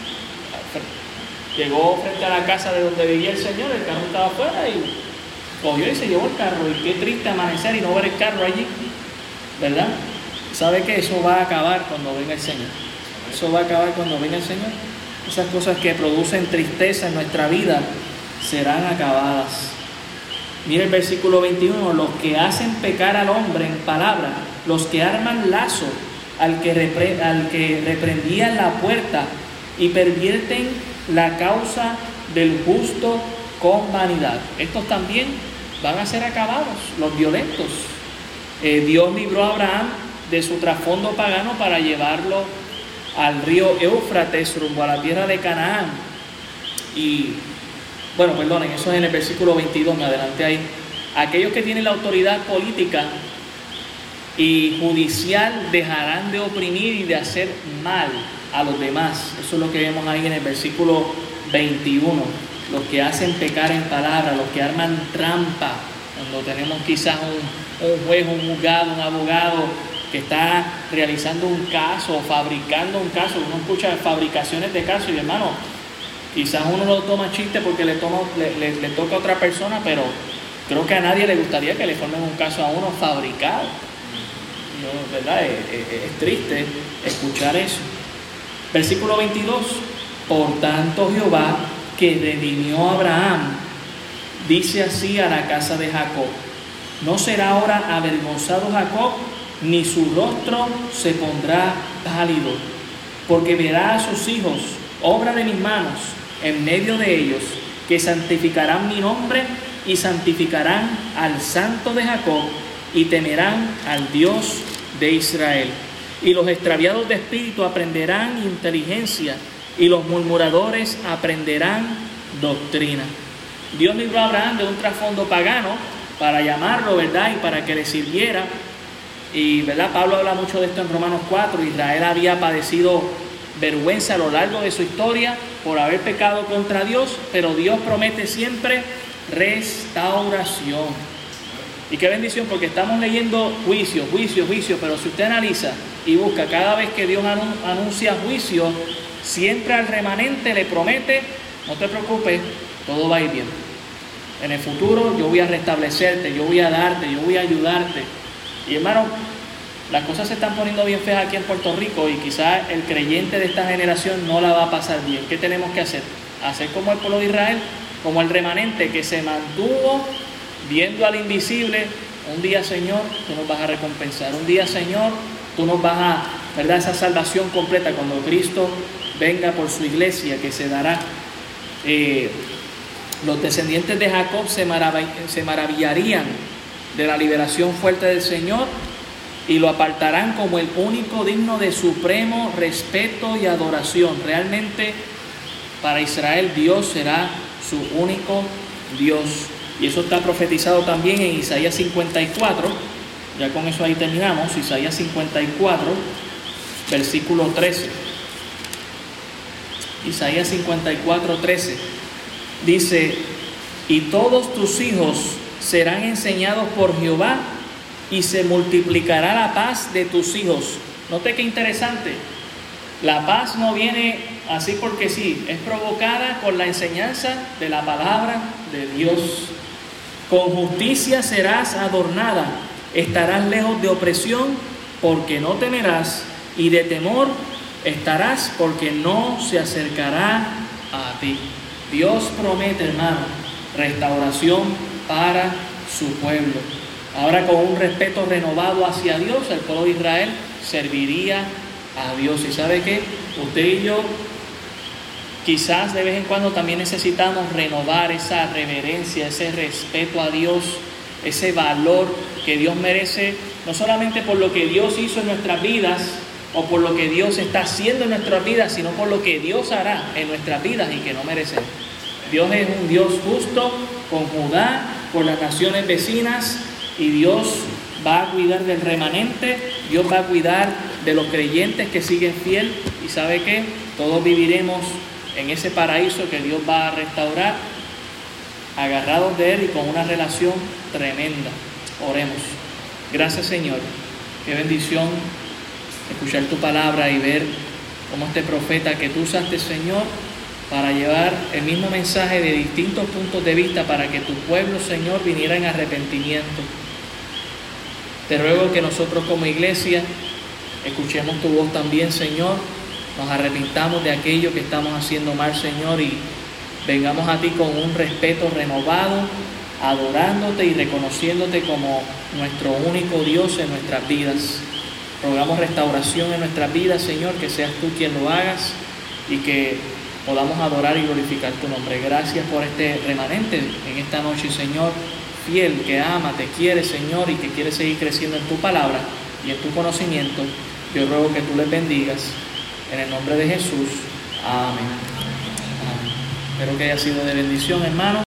[SPEAKER 1] Llegó frente a la casa de donde vivía el señor, el carro estaba afuera y cogió y se llevó el carro. Y qué triste amanecer y no ver el carro allí, ¿verdad? ¿Sabe qué? Eso va a acabar cuando venga el Señor. Eso va a acabar cuando venga el Señor. Esas cosas que producen tristeza en nuestra vida serán acabadas. Mire el versículo veintiuno, los que hacen pecar al hombre en palabra, los que arman lazo al que, repre, al que reprendían la puerta y pervierten la causa del justo con vanidad. Estos también van a ser acabados, los violentos. Eh, Dios libró a Abraham de su trasfondo pagano para llevarlo al río Éufrates rumbo a la tierra de Canaán. Y bueno, perdonen, eso es en el versículo veintidós, me adelanté ahí. Aquellos que tienen la autoridad política y judicial dejarán de oprimir y de hacer mal a los demás. Eso es lo que vemos ahí en el versículo veintiuno. Los que hacen pecar en palabra, los que arman trampa, cuando tenemos quizás un, un juez, un juzgado, un abogado que está realizando un caso, fabricando un caso. Uno escucha fabricaciones de casos y, hermano, quizás uno lo toma chiste porque le, toma, le, le, le toca a otra persona, pero creo que a nadie le gustaría que le formen un caso a uno fabricado. No, ¿verdad? Es, es, es triste escuchar eso. Versículo veintidós. Por tanto, Jehová, que redimió a Abraham, dice así a la casa de Jacob: no será ahora avergonzado Jacob, ni su rostro se pondrá pálido, porque verá a sus hijos, obra de mis manos, en medio de ellos, que santificarán mi nombre y santificarán al Santo de Jacob y temerán al Dios de Israel. Y los extraviados de espíritu aprenderán inteligencia, y los murmuradores aprenderán doctrina. Dios libró a Abraham de un trasfondo pagano para llamarlo, ¿verdad? Y para que le sirviera. Y, ¿verdad? Pablo habla mucho de esto en Romanos cuatro. Israel había padecido vergüenza a lo largo de su historia por haber pecado contra Dios, pero Dios promete siempre restauración. Y qué bendición, porque estamos leyendo juicio, juicio, juicio, pero si usted analiza y busca, cada vez que Dios anuncia juicio, siempre al remanente le promete: no te preocupes, todo va a ir bien. En el futuro yo voy a restablecerte, yo voy a darte, yo voy a ayudarte. Y hermano, las cosas se están poniendo bien feas aquí en Puerto Rico y quizás el creyente de esta generación no la va a pasar bien. ¿Qué tenemos que hacer? Hacer como el pueblo de Israel, como el remanente que se mantuvo viendo al invisible. Un día, Señor, tú nos vas a recompensar. Un día, Señor, tú nos vas a, ¿verdad?, esa salvación completa cuando Cristo venga por su iglesia, que se dará. Eh, los descendientes de Jacob se, marav- se maravillarían de la liberación fuerte del Señor y lo apartarán como el único digno de supremo respeto y adoración. Realmente para Israel Dios será su único Dios. Y eso está profetizado también en Isaías cincuenta y cuatro. Ya con eso ahí terminamos. Isaías cincuenta y cuatro, versículo trece. Isaías cincuenta y cuatro, trece. Dice: y todos tus hijos serán enseñados por Jehová, y se multiplicará la paz de tus hijos. Note qué interesante. La paz no viene así porque sí, es provocada con la enseñanza de la palabra de Dios. Con justicia serás adornada, estarás lejos de opresión, porque no temerás, y de temor estarás, porque no se acercará a ti. Dios promete, hermano, restauración para su pueblo. Ahora, con un respeto renovado hacia Dios, el pueblo de Israel serviría a Dios. ¿Y sabe qué? Usted y yo quizás de vez en cuando también necesitamos renovar esa reverencia, ese respeto a Dios, ese valor que Dios merece, no solamente por lo que Dios hizo en nuestras vidas o por lo que Dios está haciendo en nuestras vidas, sino por lo que Dios hará en nuestras vidas y que no merecemos. Dios es un Dios justo con Judá, con las naciones vecinas, y Dios va a cuidar del remanente, Dios va a cuidar de los creyentes que siguen fiel. ¿Y sabe qué? Todos viviremos en ese paraíso que Dios va a restaurar, agarrados de Él y con una relación tremenda. Oremos. Gracias, Señor. Qué bendición escuchar tu palabra y ver cómo este profeta que tú usaste, Señor, para llevar el mismo mensaje de distintos puntos de vista para que tu pueblo, Señor, viniera en arrepentimiento. Te ruego que nosotros como iglesia escuchemos tu voz también, Señor, nos arrepintamos de aquello que estamos haciendo mal, Señor, y vengamos a ti con un respeto renovado, adorándote y reconociéndote como nuestro único Dios en nuestras vidas. Rogamos restauración en nuestras vidas, Señor, que seas tú quien lo hagas y que podamos adorar y glorificar tu nombre. Gracias por este remanente en esta noche, Señor, fiel, que ama, te quiere, Señor, y que quiere seguir creciendo en tu palabra y en tu conocimiento. Yo ruego que tú les bendigas en el nombre de Jesús. Amén. Amén. Espero que haya sido de bendición, hermano.